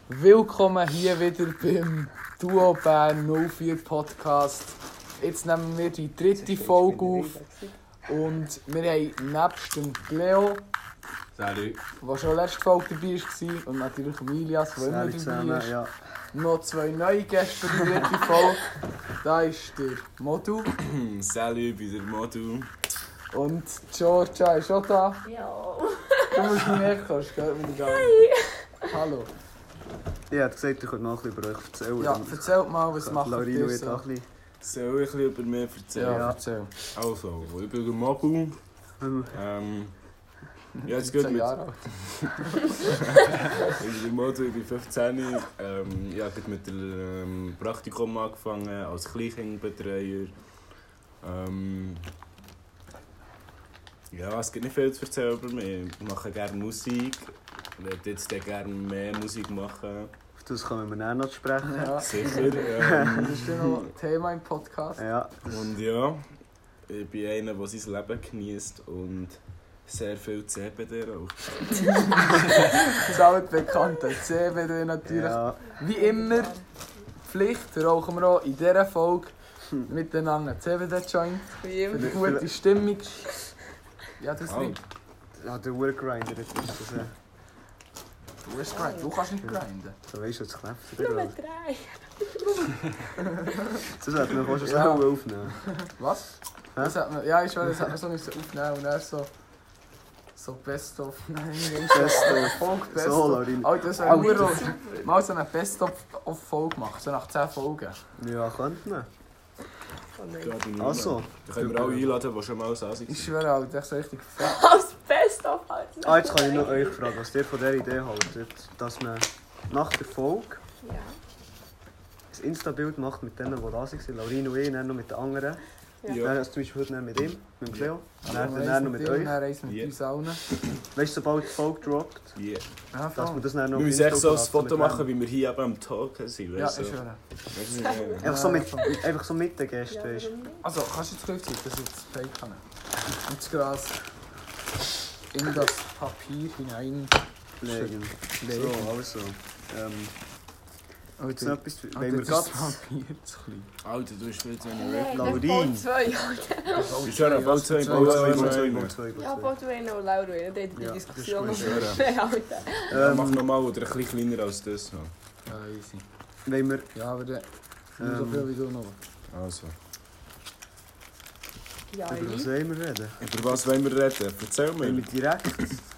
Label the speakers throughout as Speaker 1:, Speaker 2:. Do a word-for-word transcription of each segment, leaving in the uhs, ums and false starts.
Speaker 1: Willkommen hier wieder beim Duo Bern null vier Podcast. Jetzt nehmen wir die dritte Folge auf und wir haben nebst dem Leo,
Speaker 2: Salut.
Speaker 1: der schon letzte Folge dabei war, und natürlich Milias, der immer dabei ist, ja. Noch zwei neue Gäste für die dritte Folge. Da ist der Modu.
Speaker 2: Salut, bei der Modu.
Speaker 1: Und Georgia ist auch da.
Speaker 3: Ja.
Speaker 1: Du musst mich näher kommen, gell?
Speaker 3: Hey.
Speaker 1: Hallo.
Speaker 4: Ich hätte gesagt, ich könnte noch ein bisschen über euch erzählen.
Speaker 1: Ja, erzählt mal, was macht ihr
Speaker 4: Laurino
Speaker 1: so?
Speaker 4: auch ein bisschen.
Speaker 2: Soll ich ein bisschen über mich erzählen?
Speaker 1: Ja, erzähl.
Speaker 2: Also, ich bin der Modu. Ähm... Ja, jetzt geht mit...
Speaker 1: Jahre alt.
Speaker 2: Ich bin der Modu, ich bin fünfzehn. Ähm, ich habe mit dem ähm, Praktikum angefangen, als Kleinkindbetreuer. Ähm... Ja, es gibt nicht viel zu erzählen über mich. Ich mache gerne Musik. Ich würde jetzt gerne mehr Musik machen.
Speaker 4: Auf das kommen wir dann noch zu sprechen.
Speaker 1: Ja.
Speaker 2: Sicher. Ähm,
Speaker 1: Das ist ja noch ein Thema im Podcast.
Speaker 4: Ja.
Speaker 2: Und ja, ich bin einer, der sein Leben genießt und sehr viel C B D raucht.
Speaker 1: Das altbekannte C B D natürlich.
Speaker 4: Ja.
Speaker 1: Wie immer, Pflicht, rauchen wir auch in dieser Folge miteinander C B D-Joint.
Speaker 3: Wie
Speaker 1: Für
Speaker 3: immer.
Speaker 1: die gute Stimmung. Ja, das
Speaker 2: Oh.
Speaker 1: nicht.
Speaker 4: Ja, der Workgrinder ist das. Äh,
Speaker 1: Du hast grinden. Du kannst nicht grinden.
Speaker 4: so weißt du, das Knäpfchen.
Speaker 3: Nummer
Speaker 4: oder?
Speaker 3: drei.
Speaker 4: Das hätten wir fast schon
Speaker 1: Ja.
Speaker 4: selber aufnehmen.
Speaker 1: Was? Das hat man, ja, ich weiß, das hat man so nicht aufnehmen und er so... So Best of... Nein,
Speaker 4: Best of.
Speaker 1: Folge Best
Speaker 4: So,
Speaker 1: of.
Speaker 4: Laurin.
Speaker 1: Alter, das wäre nur mal so eine Best of Folge machen, so nach zehn Folgen.
Speaker 4: Ja, könnte man.
Speaker 3: Oh nein.
Speaker 2: Ja, bin ich
Speaker 4: Also.
Speaker 2: Da können wir alle einladen, die schon mal aus Asien
Speaker 1: Ich
Speaker 2: sind.
Speaker 1: schwöre, Alter, ich so richtig fett.
Speaker 3: Als Best of halt.
Speaker 4: Ah, jetzt kann ich noch euch fragen, was ihr von dieser Idee haltet. Dass man nach der Folge
Speaker 3: Ja.
Speaker 4: ein Insta-Bild macht mit denen, die da waren. Laurino und ich, dann noch mit den anderen.
Speaker 3: Ja.
Speaker 2: Ja.
Speaker 4: Dann zum Beispiel heute dann mit ihm, mit dem Cleo. Dann,
Speaker 1: Dann
Speaker 4: dann, dann noch mit euch.
Speaker 1: Dann eins mit
Speaker 2: Ja.
Speaker 1: uns allen.
Speaker 4: Weißt du, sobald die Folge droppt,
Speaker 2: Yeah.
Speaker 1: Ja,
Speaker 4: dass
Speaker 1: voll.
Speaker 4: man das dann noch
Speaker 2: Wir
Speaker 4: auf
Speaker 2: müssen echt so ein
Speaker 4: Insta
Speaker 2: Foto
Speaker 4: mit
Speaker 2: machen,
Speaker 4: dem-
Speaker 2: wie wir hier eben am Talken sind.
Speaker 1: Ja,
Speaker 2: Weißt
Speaker 1: ich
Speaker 2: du?
Speaker 1: schwöre.
Speaker 2: Weißt du?
Speaker 4: Einfach so mit, einfach so mit den Gästen,
Speaker 3: Ja,
Speaker 4: weißt du.
Speaker 3: warum nicht?
Speaker 1: Also, kannst du jetzt rückziehen, dass ich jetzt fake kann? Und das Gras in das Papier hinein
Speaker 4: Legen.
Speaker 1: legen.
Speaker 4: So, also. Ähm,
Speaker 1: Oh,
Speaker 4: jetzt
Speaker 1: du-
Speaker 4: noch etwas,
Speaker 1: Alter,
Speaker 4: wenn wir
Speaker 1: das
Speaker 4: gerade...
Speaker 1: Papier zu klein.
Speaker 2: Alter, du hast viel zu wenig
Speaker 3: Hey,
Speaker 2: Rap.
Speaker 4: Laurin.
Speaker 3: der Ball zwei, Alter.
Speaker 2: Ich höre, bald zwei,
Speaker 1: Zwei,
Speaker 2: bald
Speaker 1: zwei,
Speaker 2: zwei,
Speaker 4: Mal
Speaker 2: bald
Speaker 4: zwei,
Speaker 2: zwei.
Speaker 4: mal zwei, mal
Speaker 3: Ja,
Speaker 4: zwei.
Speaker 3: Ball zwei und Lauro, die haben die
Speaker 4: Ja,
Speaker 3: Diskussion
Speaker 4: das
Speaker 3: noch
Speaker 4: ist
Speaker 2: gut.
Speaker 3: Alter.
Speaker 2: Ja, mach
Speaker 4: Ähm,
Speaker 2: nochmal oder ein bisschen kleiner als das. Ja.
Speaker 1: Ja, easy.
Speaker 4: wenn wir...
Speaker 1: Ja, aber der... Nicht so
Speaker 4: Ähm.
Speaker 1: viel wie du noch.
Speaker 2: Also,
Speaker 3: Ja,
Speaker 4: Über was
Speaker 3: ich.
Speaker 4: wollen wir reden?
Speaker 2: über was wollen wir reden? Erzähl
Speaker 4: Wenn wir
Speaker 2: mir.
Speaker 4: direkt...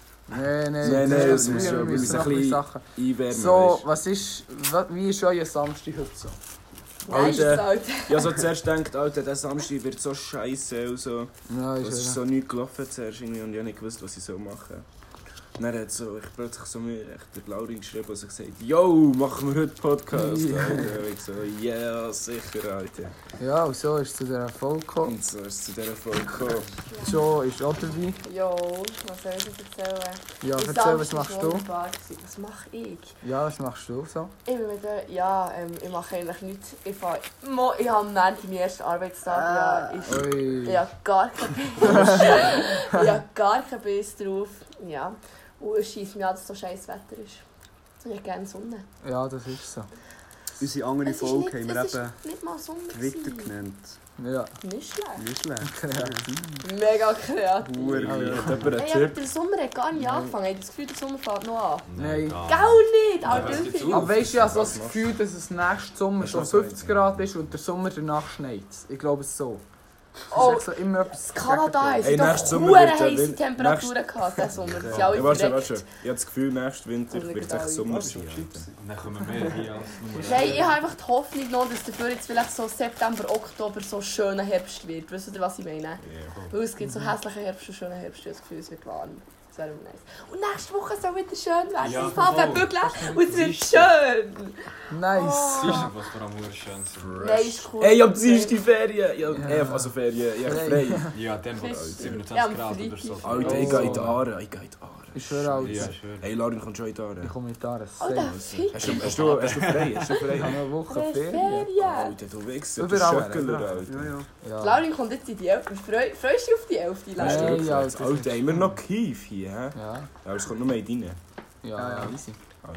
Speaker 1: Nein, nein,
Speaker 2: Nein, nein,
Speaker 1: das
Speaker 2: das muss
Speaker 1: wir
Speaker 2: ja- wir
Speaker 1: müssen
Speaker 2: müssen
Speaker 1: noch
Speaker 2: ein
Speaker 1: ein bisschen
Speaker 2: bisschen-
Speaker 1: Sachen.
Speaker 2: Einwärmen,
Speaker 1: So,
Speaker 2: weisst
Speaker 1: was ist... wa- Wie ist euer Samstag heute so?
Speaker 3: Nice,
Speaker 2: Alter.
Speaker 3: Alter.
Speaker 2: du? Ja, so zuerst gedacht, Alter, der Samstag wird so scheiße und so.
Speaker 1: Ja,
Speaker 2: Es ist
Speaker 1: ist
Speaker 2: so nichts gelaufen zuerst irgendwie und ich habe nicht gewusst, was ich so machen soll. Dann hat so, ich plötzlich so mir echt der Laurin geschrieben und so gesagt, yo, machen wir heute Podcast,
Speaker 1: Ja.
Speaker 2: Alter. Und ich so, ja, yeah, sicher, Alter.
Speaker 1: Ja, und so ist es zu dieser Folge gekommen.
Speaker 2: Und so ist es zu dieser Folge gekommen.
Speaker 1: Joe ist auch dabei.
Speaker 3: Jo, was soll ich jetzt erzählen?
Speaker 1: Ja,
Speaker 3: Der
Speaker 1: erzähl,
Speaker 3: Samstag
Speaker 1: was machst
Speaker 3: war
Speaker 1: du?
Speaker 3: wunderbar gewesen. Was mache ich?
Speaker 1: Ja, was machst du so?
Speaker 3: Ich bin wieder, ja, ähm, ich mache eigentlich nichts. Ich, fahr, Mo, ich habe am Montag meinen ersten Arbeitstag.
Speaker 4: Ah.
Speaker 3: Ja, ich,
Speaker 1: Ui.
Speaker 3: ich habe gar keinen Biss. Ich habe gar keinen Biss drauf. Ja. Und es scheisst mir an, dass es so scheiß Wetter ist. Ich hätte gerne Sonne.
Speaker 1: Ja, das ist so.
Speaker 4: Unsere andere
Speaker 3: Es ist
Speaker 4: Folge
Speaker 3: nicht-
Speaker 4: haben wir
Speaker 3: es ist
Speaker 4: eben
Speaker 3: nicht mal Sonne.
Speaker 4: Twitter
Speaker 3: gewesen.
Speaker 4: genannt.
Speaker 1: Ja,
Speaker 3: Nicht schlecht.
Speaker 4: Nicht schlecht.
Speaker 1: kreativ.
Speaker 3: Mega kreativ.
Speaker 4: Hure
Speaker 1: Ah, ja.
Speaker 4: geil.
Speaker 2: Hat jemand einen
Speaker 3: Hey, aber
Speaker 2: Tipp?
Speaker 3: der Sommer hat gar nicht angefangen. Ich habe das Gefühl, der Sommer fängt noch an.
Speaker 1: Nein.
Speaker 3: Gau nicht! Alter,
Speaker 2: Ja,
Speaker 3: wie
Speaker 2: jetzt
Speaker 3: viel-
Speaker 1: Aber weißt du, ich habe so
Speaker 2: Was
Speaker 1: das
Speaker 2: machst
Speaker 1: Gefühl, dass es nächsten Sommer
Speaker 2: Hast du
Speaker 1: schon
Speaker 2: was so
Speaker 1: fünfzig
Speaker 2: jetzt?
Speaker 1: Grad ist und der Sommer danach schneit. Ich glaube es so.
Speaker 3: Oh,
Speaker 1: Es ist echt so immer etwas
Speaker 3: Kanada
Speaker 1: Gegenteil.
Speaker 3: hat
Speaker 2: Ey,
Speaker 3: doch
Speaker 2: nächsten Sommer
Speaker 3: hure
Speaker 2: wird der
Speaker 3: heisse
Speaker 2: Wind-
Speaker 3: Temperaturen gehabt, diesen Sommer. Das sind alle
Speaker 2: Ja, warte,
Speaker 3: verreckt.
Speaker 2: warte. Ich habe das Gefühl, nächsten Winter
Speaker 3: Und
Speaker 2: wird es
Speaker 3: nicht
Speaker 2: echt Sommer
Speaker 3: alle.
Speaker 2: sein. Alter.
Speaker 5: Und dann kommen wir hier als Nummer
Speaker 3: Nein, ich habe einfach die Hoffnung noch, dass dafür jetzt vielleicht so September, Oktober so schöner Herbst wird. Wisst ihr, was ich meine?
Speaker 2: Ja.
Speaker 3: Weil es gibt so hässliche Herbst und schöne Herbst. Ich habe das Gefühl, es wird warm. Das wäre nice. Und nächste Woche soll wieder schön werden.
Speaker 5: Ja,
Speaker 3: ich fahre
Speaker 5: voll.
Speaker 3: bügeln und es wird schön.
Speaker 1: Nice.
Speaker 5: Dienstag, was vor allem sehr schön ist.
Speaker 3: Nein, ist cool.
Speaker 2: Ey, ich hab Dienstag Ferien! Ich hab,
Speaker 1: Ja.
Speaker 2: eh, also Ferien, ich hab
Speaker 1: Frei.
Speaker 2: frei.
Speaker 5: Ja, dann wird
Speaker 3: Ja,
Speaker 5: es
Speaker 3: am
Speaker 5: siebenundzwanzig Grad oder
Speaker 3: Freitag.
Speaker 5: so.
Speaker 2: Alter, ich gehe in die Aare, ich gehe in die Aare.
Speaker 1: Ich schwöre, Alter.
Speaker 5: Ja, schön.
Speaker 2: Hey, Laurin kommt schon in die Aare.
Speaker 1: Ich komme mit da.
Speaker 3: Alter,
Speaker 2: Hast
Speaker 3: fit.
Speaker 2: du, hast, du, hast du frei? Hast du
Speaker 1: Ich habe
Speaker 2: frei?
Speaker 1: eine Woche
Speaker 3: Wer ist
Speaker 1: Ferien.
Speaker 3: Ferien?
Speaker 2: Alter, du Wichser, du
Speaker 1: Überall,
Speaker 2: Schöckler,
Speaker 1: überall.
Speaker 2: Alter.
Speaker 4: Ja, ja.
Speaker 1: Ja.
Speaker 3: Laurin kommt jetzt in die Elfte. Freu- Freust du dich auf die Elfte?
Speaker 1: Nein,
Speaker 3: Laurin?
Speaker 1: ja,
Speaker 2: Alter,
Speaker 1: das ist-
Speaker 2: haben wir noch Kief hier, hä?
Speaker 1: Ja,
Speaker 2: Aber es kommt nur mehr rein.
Speaker 1: ja,
Speaker 4: Ja, ja.
Speaker 1: easy.
Speaker 2: Also.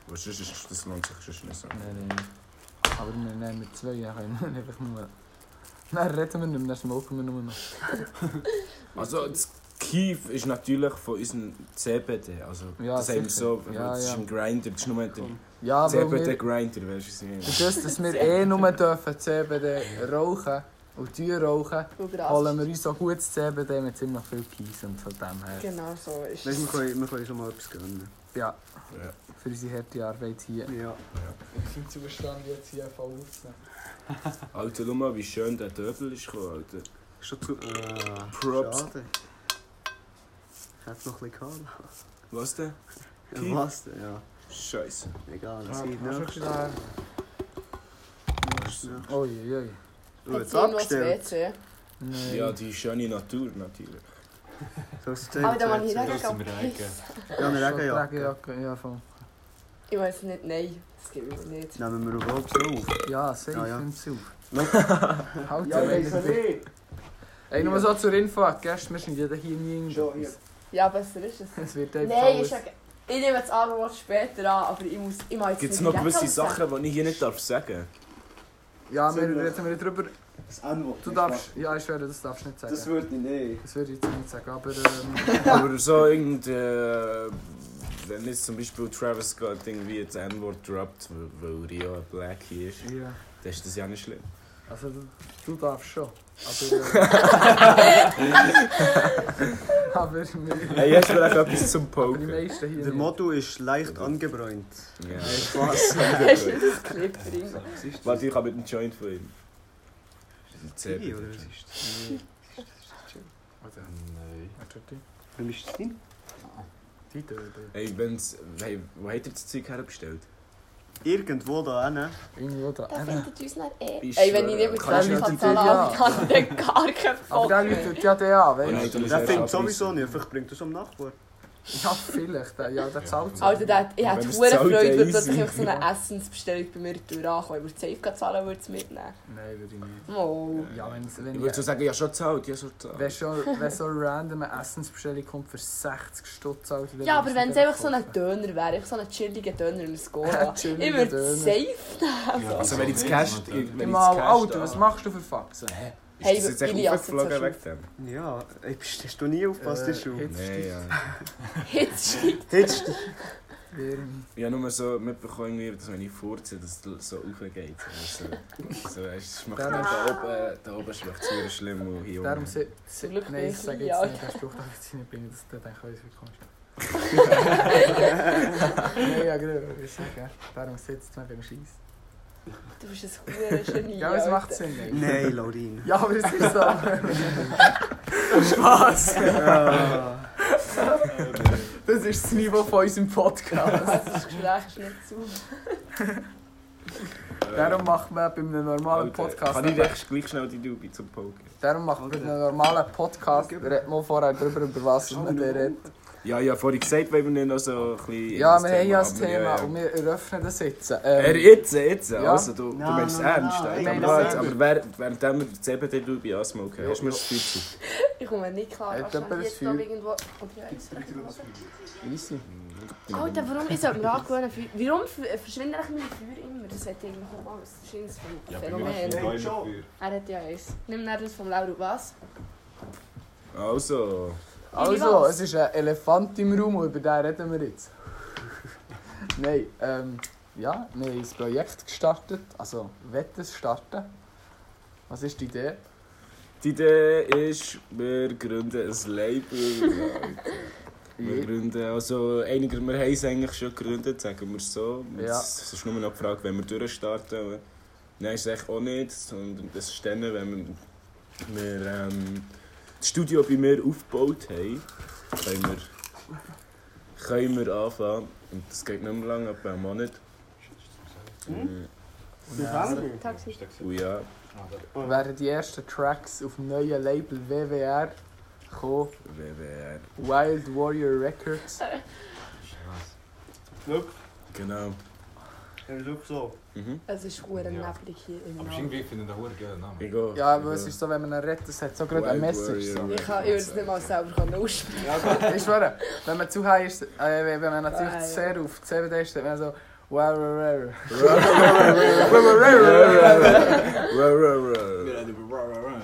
Speaker 2: Aber sonst ist das lohnt sich sonst nicht so.
Speaker 1: Nein, nein. Aber wir nehmen zwei, ja, können wir einfach nur... Dann reden wir nicht mehr, dann smoken wir nur noch.
Speaker 2: Also das Kief ist natürlich von unserem C B D. Also,
Speaker 1: Ja,
Speaker 2: das haben wir
Speaker 1: sicher.
Speaker 2: so,
Speaker 1: Ja,
Speaker 2: das ist
Speaker 1: ja.
Speaker 2: im Grinder, das ist nur der
Speaker 1: Ja,
Speaker 2: C
Speaker 1: weil
Speaker 2: B
Speaker 1: wir...
Speaker 2: D-Grinder, weißt du, was ich meine?
Speaker 1: Für das, dass wir eh nur dürfen C B D rauchen und Tür rauchen,
Speaker 3: Über
Speaker 1: holen wir uns so gutes C B D mit ziemlich viel Kies und von dem her.
Speaker 3: Genau so ist
Speaker 4: Weißt, wir,
Speaker 3: es.
Speaker 4: können, wir können schon mal etwas gönnen.
Speaker 1: Ja,
Speaker 2: Ja.
Speaker 1: für unsere harte Arbeit hier.
Speaker 4: Ja.
Speaker 1: Im Zustand jetzt hier voll aufzunehmen.
Speaker 2: Alter, schau mal, wie schön der Döbel ist gekommen, Alter.
Speaker 4: Schon zu... Äh,
Speaker 2: Props.
Speaker 4: Schade. Ich hätte noch ein bisschen gehabt.
Speaker 2: Was denn?
Speaker 4: Ja, was denn? Ja.
Speaker 2: Scheiße.
Speaker 4: Egal,
Speaker 1: Ja,
Speaker 4: das geht
Speaker 1: hast du
Speaker 4: nicht.
Speaker 1: klar. Oi, oi, oi.
Speaker 4: Du
Speaker 3: Hat
Speaker 4: hast
Speaker 3: sie noch das W
Speaker 4: abgestellt.
Speaker 3: C?
Speaker 1: Nein.
Speaker 2: Ja, die schöne Natur natürlich.
Speaker 4: So ist es
Speaker 3: Aber da war ich
Speaker 4: jetzt.
Speaker 3: nicht
Speaker 5: Das sind wir
Speaker 3: pissen.
Speaker 5: eigen.
Speaker 4: Ja, eine
Speaker 1: Schon
Speaker 4: Regenjacke.
Speaker 1: Regenjacke, ja, voll.
Speaker 3: Ich weiß nicht, nein. Das gibt es nicht.
Speaker 4: Nehmen wir überhaupt so auf?
Speaker 1: Ja, safe,
Speaker 4: Ja, ja.
Speaker 1: nimm's auf.
Speaker 4: Nope.
Speaker 1: Halt
Speaker 4: Ja,
Speaker 1: ja,
Speaker 4: weiss ich
Speaker 1: nicht. Ey, nur so zur Info, gestern, wir sind ja hier nie
Speaker 4: Schon,
Speaker 1: irgendwas.
Speaker 3: Ja, besser ist es.
Speaker 1: Es wird einfach
Speaker 3: Nein,
Speaker 1: alles...
Speaker 3: ist ja... Ich nehme das Angebot später an, aber ich muss... Ich mache jetzt
Speaker 2: Gibt es
Speaker 3: nicht
Speaker 2: noch
Speaker 3: direkt
Speaker 2: gewisse
Speaker 3: alles sagen.
Speaker 2: Sachen, die ich hier nicht darf sagen
Speaker 1: Ja, wir reden wir drüber.
Speaker 4: Das N-Wort.
Speaker 1: Du darfst... Ja, ich schwöre, das darfst du nicht sagen.
Speaker 4: Das würde ich nicht.
Speaker 1: Das würde ich jetzt nicht sagen, aber... Ähm,
Speaker 2: Aber so irgend... Äh, wenn jetzt zum Beispiel Travis Scott irgendwie das N-Wort droppt, weil weil Rio ein Blackie ist,
Speaker 1: ja.
Speaker 2: dann ist das ja nicht schlimm.
Speaker 1: Also, du, du darfst schon. Aber... Äh, aber wir...
Speaker 2: Hey, hast du vielleicht etwas zum
Speaker 1: Aber die
Speaker 2: Poken?
Speaker 1: meisten hier
Speaker 4: Der
Speaker 1: nicht.
Speaker 4: Motto ist leicht angebräunt.
Speaker 2: Ja.
Speaker 4: Spaß.
Speaker 3: Hast du nicht das Clip drin?
Speaker 2: Warte, ich habe mit dem Joint von ihm.
Speaker 4: Ziggy, oder was ist das?
Speaker 5: Nein.
Speaker 4: Wem ist das denn?
Speaker 1: Die Töte.
Speaker 2: Hey, wenn's, hey, wo hat er das Zeug herbestellt?
Speaker 4: Irgendwo da hin.
Speaker 1: Irgendwo da.
Speaker 3: Da
Speaker 1: Äh,
Speaker 3: findet uns nicht eh.
Speaker 2: Ich
Speaker 3: Ey, wenn ich
Speaker 2: schwöre,
Speaker 3: nicht mit
Speaker 2: kannst
Speaker 3: Cash
Speaker 1: du
Speaker 3: kann
Speaker 1: die
Speaker 3: zahlen
Speaker 1: Tür
Speaker 3: kann, kann ich dann gar keinen
Speaker 1: Aber der
Speaker 3: Bock
Speaker 1: läutet ja der an,
Speaker 2: Nein,
Speaker 1: weißt
Speaker 2: du musst
Speaker 4: Der
Speaker 2: erst
Speaker 4: findet
Speaker 2: abreißen.
Speaker 4: sowieso nicht, vielleicht bringt er es am Nachbar.
Speaker 1: du? Ja, vielleicht. der- Ja, der zahlt
Speaker 3: Alter, der, ich hätte
Speaker 2: Wenn man's
Speaker 3: hohe
Speaker 2: zahlt,
Speaker 3: Freude,
Speaker 2: dann
Speaker 3: wenn plötzlich
Speaker 2: easy.
Speaker 3: einfach so eine Essensbestellung bei mir durch ankommt. Ich würde safe gehen zahlen, würde es mitnehmen.
Speaker 1: Nein, würde ich nicht.
Speaker 3: Oh.
Speaker 1: Ja, wenn's, wenn
Speaker 2: Ich würde so sagen, ja schon gezahlt, ja schon gezahlt.
Speaker 1: Wenn schon wenn so eine random Essensbestellung kommt für sechzig Stutz, Alter, dann
Speaker 3: Ja,
Speaker 1: würde
Speaker 3: aber wenn
Speaker 1: ich
Speaker 3: es
Speaker 1: nicht
Speaker 3: einfach so ein
Speaker 1: kaufen.
Speaker 3: Döner wäre, einfach so ein chilliger Döner in Skola.
Speaker 1: Ein
Speaker 3: Ich
Speaker 1: chilliger
Speaker 3: würde
Speaker 1: Döner.
Speaker 3: safe nehmen.
Speaker 5: Ja,
Speaker 2: Also wenn ich das Cash... wenn ich das
Speaker 1: Mal,
Speaker 2: Cash
Speaker 1: Alter,
Speaker 2: da-
Speaker 1: was machst du für Faxen? Hä?
Speaker 2: Ist
Speaker 3: Hey,
Speaker 2: das jetzt echt
Speaker 3: Ilias,
Speaker 2: aufgeflogen
Speaker 3: jetzt
Speaker 2: wegen dem?
Speaker 4: Ja, ey, bist- hast du nie aufgepasst,
Speaker 1: Äh,
Speaker 4: ist schon.
Speaker 1: Hitze
Speaker 2: Nein, ja.
Speaker 3: Jetzt steigt
Speaker 4: Hättest du...
Speaker 1: Wärme.
Speaker 2: Ich habe nur so mitbekommen, irgendwie, dass wenn ich furze, dass es so aufgeht. Also, so, weißt, es macht
Speaker 1: Darum-
Speaker 2: da oben, da oben schmeckt es sehr schlimm und hier
Speaker 1: Darum
Speaker 2: unten.
Speaker 1: se, se,
Speaker 3: Glück
Speaker 1: nein, ich
Speaker 3: bin ich
Speaker 1: sage
Speaker 3: klein,
Speaker 1: jetzt
Speaker 3: Alter.
Speaker 1: nicht, den Spruch darf ich jetzt nicht bringen, das der denkt, ich wie komisch. Nein, ja, genau, ich sage, darum sitzt man beim Scheiß.
Speaker 3: Du bist ein hoher Genie.
Speaker 1: Ja, es macht
Speaker 3: Alter.
Speaker 1: Sinn, ey.
Speaker 4: Nein, Laurin.
Speaker 1: Ja, aber es ist so. Spaß!
Speaker 4: Ja.
Speaker 1: Das ist das Niveau von unserem Podcast.
Speaker 3: Das Gespräch ist nicht zu.
Speaker 1: Darum macht man bei einem normalen
Speaker 2: Alter,
Speaker 1: Podcast.
Speaker 2: Kann ich echt gleich schnell die Dubi zum Poker?
Speaker 1: Darum macht man bei einem normalen Podcast. Redet man vorher darüber, über was man da redet.
Speaker 2: Ja, ja, vorhin gesagt, weil wir nicht noch so ein bisschen...
Speaker 1: Ja,
Speaker 2: in
Speaker 1: wir haben ja das
Speaker 2: aber
Speaker 1: Thema
Speaker 2: ja, ja.
Speaker 1: und wir eröffnen das jetzt.
Speaker 2: Er
Speaker 1: Ähm,
Speaker 2: jetzt, jetzt,
Speaker 1: Ja.
Speaker 2: also du, du
Speaker 4: Nein,
Speaker 2: meinst es
Speaker 4: nein,
Speaker 2: ernst.
Speaker 4: nein,
Speaker 2: eigentlich.
Speaker 1: nein,
Speaker 2: aber
Speaker 1: nein.
Speaker 2: aber während, während wir die C B D-Dubi ansmoken, hast du mir das Gefühl zu?
Speaker 3: Ich komme nicht klar.
Speaker 1: Hat
Speaker 3: Wahrscheinlich
Speaker 1: jemand
Speaker 3: jetzt
Speaker 1: ein
Speaker 3: noch
Speaker 1: Feuer?
Speaker 3: irgendwo... Okay,
Speaker 1: easy.
Speaker 3: Alter, warum ich sollte mir angewöhnen, Feuer- warum f- verschwinden eigentlich meine Feuer immer? Das hat eigentlich auch mal das ist ein
Speaker 5: Ja, bei mir ist
Speaker 3: Phänomen.
Speaker 5: es Feuer.
Speaker 3: Er hat ja eins. Nimm dann das vom Laura was?
Speaker 2: Also,
Speaker 1: Also, es ist ein Elefant im Raum und über den reden wir jetzt. Nein, ähm, ja, wir haben ein Projekt gestartet, also wollen es starten. Was ist die Idee?
Speaker 2: die Idee ist, wir gründen ein Label. Wir gründen, also einiger, wir haben es eigentlich schon gegründet, sagen wir es so.
Speaker 1: Ja.
Speaker 2: Es ist nur noch die Frage, wenn wir durchstarten. Nein, ist es echt auch nicht, sondern das ist dann, wenn wir, wir ähm, das Studio bei mir aufgebaut haben, können wir, können wir anfangen. Und das geht nicht mehr lange, etwa einen Monat. Mhm.
Speaker 3: Taxi.
Speaker 2: Und ja,
Speaker 1: Werden die ersten Tracks auf dem neuen Label W W R kommen.
Speaker 2: W W R.
Speaker 1: Wild Warrior Records.
Speaker 4: Look,
Speaker 2: Genau.
Speaker 4: er ist auch so.
Speaker 2: Mhm.
Speaker 3: Es ist hure
Speaker 5: Ja.
Speaker 3: neblig hier im
Speaker 5: Aber
Speaker 3: Raum.
Speaker 5: irgendwie finde ich den Huren geilen Namen.
Speaker 2: Ich gehe.
Speaker 1: Ja, aber es ist so, wenn man ihn redet, es hat so gerade eine
Speaker 2: Wild
Speaker 1: Message. So.
Speaker 2: Warrior.
Speaker 3: Ich kann ich würde es nicht mal selber aussprechen.
Speaker 1: Ich schwöre, wenn man zu high ist, äh, wenn man natürlich
Speaker 3: Geil.
Speaker 1: sehr auf C B D ist, dann man so Wow, wow,
Speaker 5: Wir reden über Ra, Ra, Ra.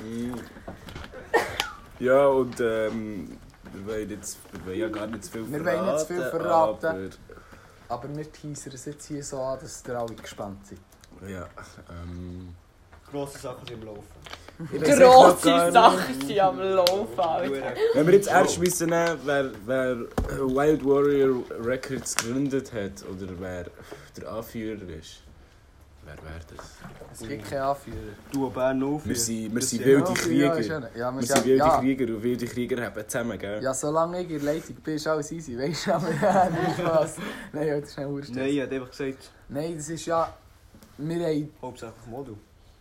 Speaker 2: Ja, und ähm, wir wollen jetzt wir wollen ja gar nicht zu viel
Speaker 1: Wir
Speaker 2: verraten.
Speaker 1: wollen nicht zu viel verraten.
Speaker 2: Aber,
Speaker 1: Aber wir teasern es jetzt hier so an, dass ihr alle gespannt seid.
Speaker 2: ja, ähm...
Speaker 4: Grosse Sachen sind im Laufen.
Speaker 2: ich weiss echt noch
Speaker 3: Grosse
Speaker 2: gar
Speaker 3: Sachen sind am Laufen, Alter.
Speaker 2: Wenn wir jetzt ernst müssen nehmen, wer, wer Wild Warrior Records gegründet hat oder wer der Anführer ist, wer wäre das?
Speaker 1: Es gibt keinen Anführer.
Speaker 4: Du, Bern auf.
Speaker 2: Wir sind, wir sind
Speaker 4: Das
Speaker 2: wilde
Speaker 1: Ja,
Speaker 2: Krieger.
Speaker 1: ist ja nicht- ja,
Speaker 2: Wir
Speaker 1: wir
Speaker 2: sind
Speaker 1: sind-
Speaker 2: wilde
Speaker 1: ja.
Speaker 2: Krieger und wilde Krieger haben zusammen, gell?
Speaker 1: Ja, solange ich in der Leitung bin, ist alles easy. Weißt du, aber ja, nicht Spaß. Nein, das ist nicht wurscht.
Speaker 4: Nein, ich hätte einfach gesagt,
Speaker 1: Nein, das ist ja... Wir haben...
Speaker 4: hauptsächlich Modu.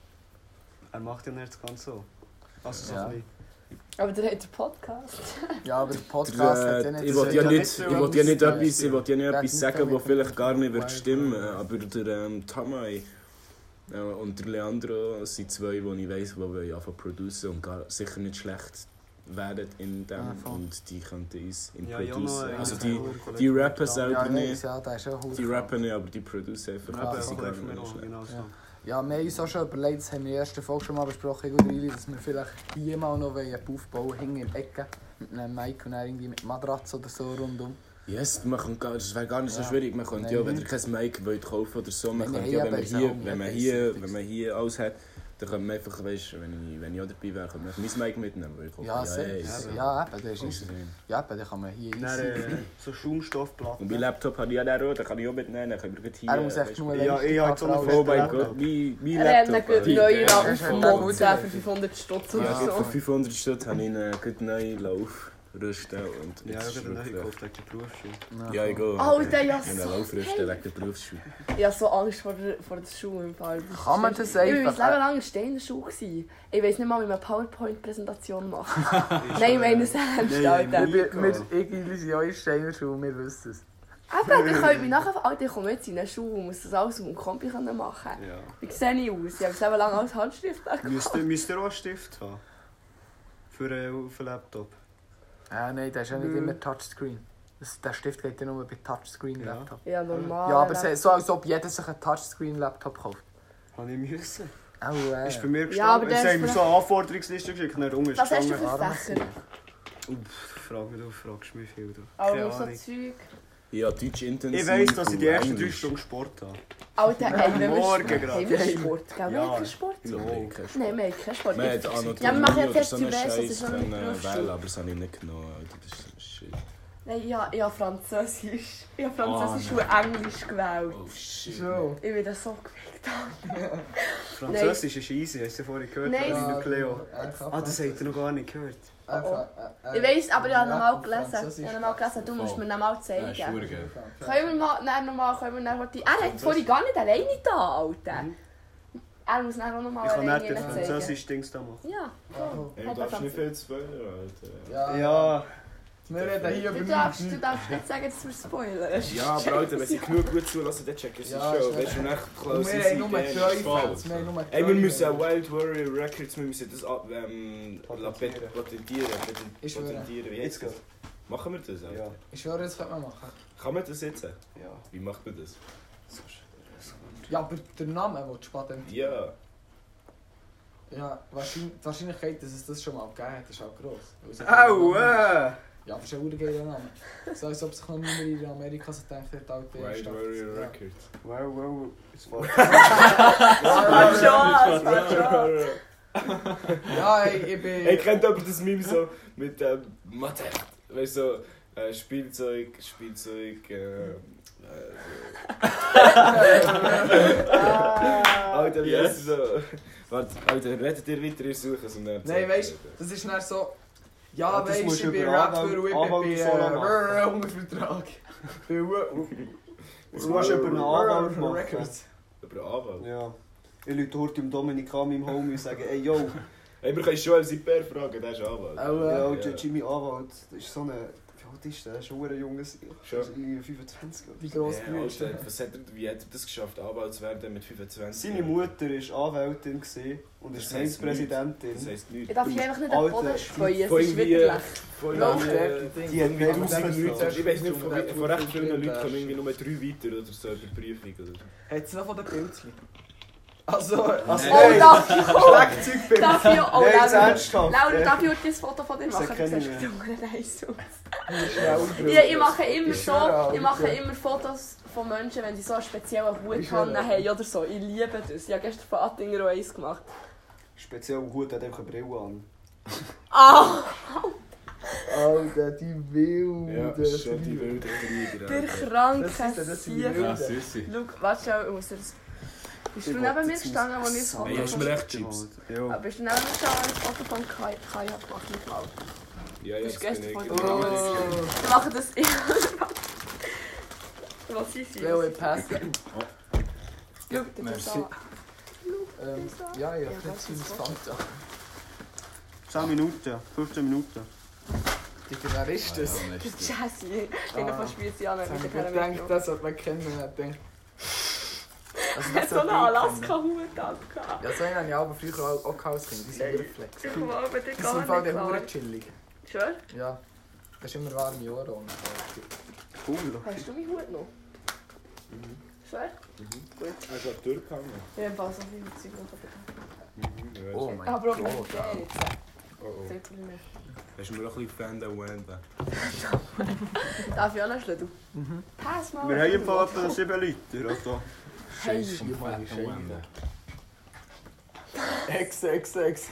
Speaker 4: Er macht ja nicht ganz so. Also so
Speaker 1: Ja.
Speaker 4: ein bisschen.
Speaker 3: Aber der hat einen Podcast.
Speaker 1: Ja, aber der Podcast
Speaker 2: Der,
Speaker 1: hat ja
Speaker 2: äh,
Speaker 1: nicht...
Speaker 2: ich
Speaker 1: das
Speaker 2: will ja
Speaker 1: hat
Speaker 2: nicht,
Speaker 1: so
Speaker 2: ich will ja nicht
Speaker 1: viel-
Speaker 2: etwas, ich will ja nicht
Speaker 1: Ja,
Speaker 2: etwas
Speaker 1: nicht
Speaker 2: sagen,
Speaker 1: so
Speaker 2: was
Speaker 1: mit
Speaker 2: vielleicht
Speaker 1: dem
Speaker 2: gar nicht wird
Speaker 1: Wild
Speaker 2: stimmen.
Speaker 1: Warrior.
Speaker 2: Aber der ähm, Tamay äh, und der Leandro sind zwei, die ich weiss, die wollen anfangen produzieren und gar sicher nicht schlecht werden in dem.
Speaker 1: Ah, voll.
Speaker 2: Und die könnten uns in
Speaker 4: Ja, ja, noch
Speaker 2: producen.
Speaker 4: ein-
Speaker 2: Also
Speaker 4: ein
Speaker 2: die,
Speaker 4: Kollege
Speaker 2: die
Speaker 4: von
Speaker 2: rappen
Speaker 4: mir.
Speaker 2: selber
Speaker 1: Ja, nein,
Speaker 2: nicht.
Speaker 1: ja, der ist ja
Speaker 2: Die rappen nicht, aber die producen einfach.
Speaker 1: Ja,
Speaker 2: die
Speaker 4: Rappen
Speaker 2: sind
Speaker 4: auch
Speaker 2: gar
Speaker 4: von mir
Speaker 2: nicht
Speaker 4: noch,
Speaker 2: schlecht.
Speaker 4: genau so.
Speaker 1: Ja. Ja, wir haben uns auch schon überlegt, das haben wir in der ersten Folge schon mal besprochen, gut, Willi, dass wir vielleicht hier mal noch einen aufbauen, hinten in der Ecke, mit einem Mic und dann irgendwie mit Matratze oder so rundum.
Speaker 2: Yes, man kann gar, das wäre gar nicht so
Speaker 1: Ja.
Speaker 2: schwierig. Man könnte
Speaker 1: Nein,
Speaker 2: ja, wenn ihr
Speaker 1: nicht.
Speaker 2: kein Mic wollt kaufen oder so, man
Speaker 1: Nein,
Speaker 2: könnte
Speaker 1: wir
Speaker 2: ja,
Speaker 1: haben
Speaker 2: wenn man
Speaker 1: ja
Speaker 2: hier,
Speaker 1: besser,
Speaker 2: wenn man
Speaker 1: ja,
Speaker 2: hier,
Speaker 1: besser.
Speaker 2: wenn man hier alles hat, dann kann man einfach, weißt, wenn ich, wenn ich auch dabei wäre, könnte man mein Mic mitnehmen. Weil ich kaufe
Speaker 1: Ja, sehr.
Speaker 2: ey,
Speaker 1: Ja,
Speaker 2: so.
Speaker 1: ja, eben, das ist
Speaker 2: Kommst
Speaker 1: easy.
Speaker 2: du rein.
Speaker 1: Ja, eben, dann kann man hier
Speaker 4: Dann
Speaker 1: easy.
Speaker 4: äh, so Schaumstoffplatten.
Speaker 2: Und mein Laptop habe ich ja auch, den kann ich auch mitnehmen, dann können wir gleich hier...
Speaker 1: Er muss echt
Speaker 2: weißt,
Speaker 1: nur
Speaker 4: Ja, ich habe so eine
Speaker 2: Oh mein
Speaker 4: Laptop.
Speaker 2: Gott, mein, mein
Speaker 3: Er hat
Speaker 2: Laptop.
Speaker 3: einen neuen
Speaker 2: ja,
Speaker 3: Lauf vom
Speaker 1: ja,
Speaker 3: Mod
Speaker 1: ja.
Speaker 3: für fünfhundert Stutz
Speaker 2: Ja,
Speaker 3: oder
Speaker 2: für
Speaker 3: so.
Speaker 2: fünfhundert Stutz habe ich einen guten neuen Lauf rüsten und
Speaker 4: Ja,
Speaker 2: jetzt
Speaker 4: ich
Speaker 2: ist
Speaker 4: habe
Speaker 2: wirklich-
Speaker 4: einen gekauft wegen der Berufsschule.
Speaker 2: Ja, ich gehe.
Speaker 3: Alter, ja,
Speaker 2: Ich habe
Speaker 3: so
Speaker 2: einen Lauf rüsten
Speaker 3: geil.
Speaker 2: wegen der Berufsschule.
Speaker 3: Ich habe so Angst vor der, vor der Schule im Fall. Das
Speaker 1: Kann man
Speaker 3: ist-
Speaker 1: das
Speaker 3: Ich war mein
Speaker 1: einfach-
Speaker 3: Leben lang in Steiner Schule. gewesen. Ich weiß nicht mal, wie man eine PowerPoint-Präsentation macht. Nein, ich meine es ernst,
Speaker 4: Nein,
Speaker 3: Alter.
Speaker 4: nie.
Speaker 1: Wir, wir, irgendwie sind ja in Steiner Schule, wir wissen es.
Speaker 3: Aber ihr könnt mich nachher... Alter, ich komme jetzt in eine Schule und muss das alles auf dem Kompi machen können.
Speaker 4: Ja.
Speaker 3: Wie sehe ich aus? Ich habe das Leben lang als Handschrift gemacht.
Speaker 4: Müsst ihr, müsst ihr auch einen Stift haben? Für, äh, für einen Laptop?
Speaker 1: Ja, nein, das ist ja nicht
Speaker 3: Mhm.
Speaker 1: immer Touchscreen. Das, der Stift geht ja nur bei Touchscreen-Laptop.
Speaker 3: Ja, normal.
Speaker 1: Ja, aber es ist so, als ob jeder sich einen Touchscreen-Laptop kauft.
Speaker 4: Habe ich müssen.
Speaker 1: Oh, äh.
Speaker 4: Ist bei mir
Speaker 3: Ja, aber
Speaker 4: gestanden.
Speaker 3: der
Speaker 4: Sie
Speaker 3: ist
Speaker 4: haben mir
Speaker 3: für-
Speaker 4: so eine Anforderungsliste geschickt. Dann rum ist
Speaker 3: Was hast du
Speaker 4: gestanden.
Speaker 3: für
Speaker 1: Arme
Speaker 3: Fächer?
Speaker 4: Uff, frag mich, du fragst mich viel. Du.
Speaker 3: Aber
Speaker 4: Keine
Speaker 3: nur so
Speaker 4: Ahnung.
Speaker 3: Zeug.
Speaker 2: Ja, Deutsch intensiv.
Speaker 4: Ich weiss, dass ich die
Speaker 2: und
Speaker 4: ersten drei
Speaker 2: Englisch.
Speaker 4: Stunden Sport habe.
Speaker 3: Alter, haben wir
Speaker 4: Morgen
Speaker 3: Sport?
Speaker 4: gerade.
Speaker 3: Haben wir Sport? Gell? Wir
Speaker 4: Ja.
Speaker 3: haben keinen Sport.
Speaker 2: Ich glaube, wir haben keinen Sport.
Speaker 3: Nein, wir haben keinen Sport.
Speaker 2: Man hat Anatomie
Speaker 3: Ja, wir machen jetzt
Speaker 2: oder
Speaker 3: erst
Speaker 2: so einen
Speaker 3: Silvester, das
Speaker 2: Scheiß
Speaker 3: ist noch nicht
Speaker 2: können
Speaker 3: Berufsschule.
Speaker 2: wählen, aber das habe ich nicht genommen. Alter, das ist shit.
Speaker 3: Nein, ich habe, ich habe Französisch. Ich habe Französisch
Speaker 2: Oh,
Speaker 3: und Englisch gewählt.
Speaker 2: Oh shit.
Speaker 1: So.
Speaker 3: Ich bin da so gefickt.
Speaker 4: Französisch ist easy, hast du vorhin gehört?
Speaker 3: Nein.
Speaker 4: Nein. Mit Cleo.
Speaker 1: Einfach-
Speaker 4: Ah, das habt ihr noch gar nicht gehört.
Speaker 1: einfach- äh,
Speaker 3: Ich weiss, aber ich habe
Speaker 1: ja,
Speaker 3: noch mal
Speaker 1: und
Speaker 3: gelesen.
Speaker 1: Französisch.
Speaker 3: Ich habe noch mal gelesen, du musst mir noch mal zeigen.
Speaker 5: Ja, ist verdammt geil.
Speaker 3: Können wir mal, nein, noch mal, können wir dann mal die... Er hat vorhin gar nicht alleine da, Alter.
Speaker 4: Mhm.
Speaker 3: Er muss dann auch noch mal
Speaker 4: Ich kann
Speaker 3: alleine
Speaker 4: nicht den
Speaker 3: zeigen.
Speaker 4: Französisch-Dings da machen.
Speaker 3: Ja, voll.
Speaker 2: Ey, du
Speaker 3: Hat er
Speaker 2: darfst nicht
Speaker 3: Französisch.
Speaker 2: viel spoilern, Alter.
Speaker 1: Ja,
Speaker 4: Ja,
Speaker 1: wir reden hier
Speaker 3: Du
Speaker 1: über
Speaker 3: darfst,
Speaker 1: nichts.
Speaker 3: du darfst nicht sagen, dass wir spoilern.
Speaker 2: Ja, aber Alter, wenn sie genug gut zulassen, dann checken sie
Speaker 1: Ja,
Speaker 2: schon.
Speaker 1: ist
Speaker 2: Weißt du,
Speaker 1: nicht-
Speaker 2: echt
Speaker 1: Und
Speaker 2: close
Speaker 1: wir haben nur drei Fans. Wir haben nur
Speaker 2: Ey, wir
Speaker 1: drei
Speaker 2: müssen
Speaker 1: Fans.
Speaker 2: auch Wild Warrior Records, wir müssen das ab, ähm,
Speaker 4: Patentieren.
Speaker 2: patentieren. patentieren. Patent-
Speaker 1: Ich schwöre.
Speaker 2: Patentieren. Wie
Speaker 4: jetzt
Speaker 2: jetzt?
Speaker 4: geht's.
Speaker 2: Machen wir das? Alter?
Speaker 4: Ja.
Speaker 1: Ich schwöre, das könnte man machen.
Speaker 2: Kann man das jetzt?
Speaker 4: Ja.
Speaker 2: Wie macht man das?
Speaker 1: Ja, aber der Name, den du patentieren.
Speaker 2: Ja.
Speaker 1: Ja, wahrscheinlich, die Wahrscheinlichkeit, dass es das schon mal gegeben hat, ist auch gross.
Speaker 4: Au, äh!
Speaker 1: Ja, aber es ist ein verdammt geiler Name. So als ob sich noch niemand in Amerika so denkt, hat, Alter,
Speaker 2: Wild
Speaker 1: Stadt.
Speaker 2: Warrior
Speaker 1: Ja.
Speaker 2: Records.
Speaker 4: Wow, wow, es war.
Speaker 1: Ja, ey, ich bin...
Speaker 2: Hey, kennt aber das Meme so mit dem ähm, Mathe? Weißt du, so, äh, Spielzeug, Spielzeug, äh, äh, Alter, wie
Speaker 5: Yes.
Speaker 2: yes. so. Warte, Alter, redet ihr weiter, ihr sucht es und dann.
Speaker 1: Nein, weißt du, das ist dann so... Ja,
Speaker 4: Ja, das
Speaker 1: weißt
Speaker 4: musst
Speaker 1: du,
Speaker 4: du
Speaker 1: ich bin
Speaker 4: über
Speaker 1: Rapper
Speaker 4: Anwalt-
Speaker 1: und ich
Speaker 4: Anwalt
Speaker 1: bin
Speaker 4: und so noch
Speaker 1: bei
Speaker 4: machen.
Speaker 1: unter Vertrag. Bei
Speaker 4: Das musst du über einen Anwalt machen.
Speaker 1: Records.
Speaker 2: Über Anwalt.
Speaker 4: Ja. Ich Leute heute im Dominik an meinem Homie und sagen, ey yo,
Speaker 2: Hey, wir können Joel Sipper fragen, der ist Anwalt.
Speaker 1: Auch, äh,
Speaker 4: ja,
Speaker 2: ja.
Speaker 4: Jimmy Anwalt, das ist so eine, alt ist der? Das ist ein junges
Speaker 2: Schon.
Speaker 4: irgendwie fünfundzwanzig oder
Speaker 1: Die
Speaker 4: so.
Speaker 1: grosse
Speaker 2: Ja,
Speaker 1: Brüste.
Speaker 2: Alter, was hat er, wie hat er das geschafft, Anwalt zu werden mit fünfundzwanzig?
Speaker 4: Seine Mutter war Anwältin gewesen und
Speaker 2: Das
Speaker 4: ist
Speaker 2: heisst
Speaker 4: Gemeindepräsidentin.
Speaker 2: Das heisst nichts.
Speaker 3: Ich darf hier einfach nicht den
Speaker 4: Alter,
Speaker 3: Boden speuen,
Speaker 2: Von
Speaker 3: es ist
Speaker 2: irgendwie,
Speaker 3: widerlich.
Speaker 2: von
Speaker 1: Lauf,
Speaker 2: irgendwie,
Speaker 1: der-
Speaker 2: äh,
Speaker 4: die hat
Speaker 2: irgendwie
Speaker 4: mir
Speaker 2: tausend
Speaker 4: ausgesucht.
Speaker 2: Leute, ich weiß nicht, von,
Speaker 1: Der-
Speaker 2: von recht vielen
Speaker 1: der-
Speaker 2: Leuten kommen irgendwie nur drei weiter oder so über Prüfung. Oder?
Speaker 1: Hat es noch von den Pilzchen? Also, also
Speaker 3: Oh, darf ich auch?
Speaker 4: Schlagzeugbild!
Speaker 3: Darf ich auch? Oh,
Speaker 4: Nein, jetzt
Speaker 3: Laura,
Speaker 4: ernsthaft.
Speaker 3: Laura,
Speaker 4: ja.
Speaker 3: darf ich heute ein Foto von dir
Speaker 4: Das
Speaker 3: machen?
Speaker 4: kenne
Speaker 3: Du
Speaker 4: ich
Speaker 3: siehst
Speaker 4: nicht.
Speaker 3: jung nice aus.
Speaker 1: schnell
Speaker 3: Ja, ich mache immer
Speaker 1: Ich
Speaker 3: so,
Speaker 1: schwöre,
Speaker 3: ich mache
Speaker 1: Alter.
Speaker 3: immer Fotos von Menschen, wenn sie so einen speziellen
Speaker 1: Ich
Speaker 3: Hut
Speaker 1: schwöre.
Speaker 3: haben oder so. Ich liebe das. Ich habe gestern von Attinger auch eins gemacht.
Speaker 4: Speziell gut, hat einfach eine Brille an.
Speaker 3: Ah!
Speaker 1: Alter, die wilde.
Speaker 2: Ja, das ist schon die wilde Krieger.
Speaker 3: Der
Speaker 2: Alter.
Speaker 3: kranke
Speaker 1: Das ist- das sind die
Speaker 3: Sieg.
Speaker 1: Wilden.
Speaker 5: Ja, Süßi.
Speaker 3: Schau, warte schon, ich muss dir das... Bist du
Speaker 4: Ich
Speaker 3: neben
Speaker 4: wollte
Speaker 3: mir
Speaker 4: jetzt
Speaker 3: gestanden, als ich das
Speaker 4: so-
Speaker 3: Foto
Speaker 2: Hey, hast du mir
Speaker 3: von...
Speaker 2: echt Chips?
Speaker 4: Ja.
Speaker 3: Ah, Bist du neben mir gestanden, als ich das Foto von Kai, Kai habe gemacht? Nicht mal.
Speaker 2: Ja,
Speaker 3: Das
Speaker 2: jetzt
Speaker 3: ist
Speaker 2: bin
Speaker 3: gestern
Speaker 2: ich.
Speaker 3: von
Speaker 2: genau
Speaker 3: dir.
Speaker 2: das.
Speaker 3: Wir machen das immer. Was ist sie?
Speaker 1: Leo, ich passe.
Speaker 3: Schau, der
Speaker 5: Merci.
Speaker 3: ist da.
Speaker 1: Ähm, ja, ja,
Speaker 3: Ja,
Speaker 1: das
Speaker 3: das
Speaker 1: ist
Speaker 3: ist
Speaker 1: Fanta.
Speaker 4: zehn Minuten, fünfzehn Minuten.
Speaker 1: Digga, wer ist das?
Speaker 5: Ja,
Speaker 3: Der
Speaker 5: nächstes.
Speaker 3: Jazzy. Einer von Spizianen
Speaker 1: Ich
Speaker 3: mit der
Speaker 1: habe
Speaker 3: Karamell.
Speaker 1: gedacht, das sollte man kennen. Ich habe gedacht, also,
Speaker 3: Er hat so
Speaker 1: sollte
Speaker 3: einen
Speaker 1: ich kennen.
Speaker 3: Alaska-Hut angehabt.
Speaker 1: Ja, so einen habe ich aber früher auch, auch als Kind. Die sind
Speaker 3: Nein.
Speaker 1: wirklich flex.
Speaker 3: Ich komme aber dir
Speaker 1: Die sind
Speaker 3: gar
Speaker 1: im Fall
Speaker 3: nicht
Speaker 1: der Hure
Speaker 3: klar.
Speaker 1: chillig.
Speaker 3: Schön?
Speaker 1: Ja, das ist immer warme Ohren. Und
Speaker 4: Cool.
Speaker 3: Hast du meinen Hut noch? Schön? Gut.
Speaker 2: Hast du auch durchgehangen?
Speaker 3: Ich habe einfach so viel Zeug noch.
Speaker 1: oh mein
Speaker 3: Aber auch
Speaker 1: Gott.
Speaker 3: nicht der jetzt.
Speaker 2: Oh, oh.
Speaker 3: Seht ihr nicht.
Speaker 2: Hast du mir auch ein bisschen Fan der Wanda?
Speaker 3: Darf ich auch noch schlagen?
Speaker 1: Mhm.
Speaker 3: Pass mal.
Speaker 4: Wir haben im Fall etwa sieben Liter. Also.
Speaker 3: Hey.
Speaker 5: Scheiß vom
Speaker 1: Viermal
Speaker 5: fetten
Speaker 1: Scheibe.
Speaker 5: Wende.
Speaker 1: Ex, ex, ex.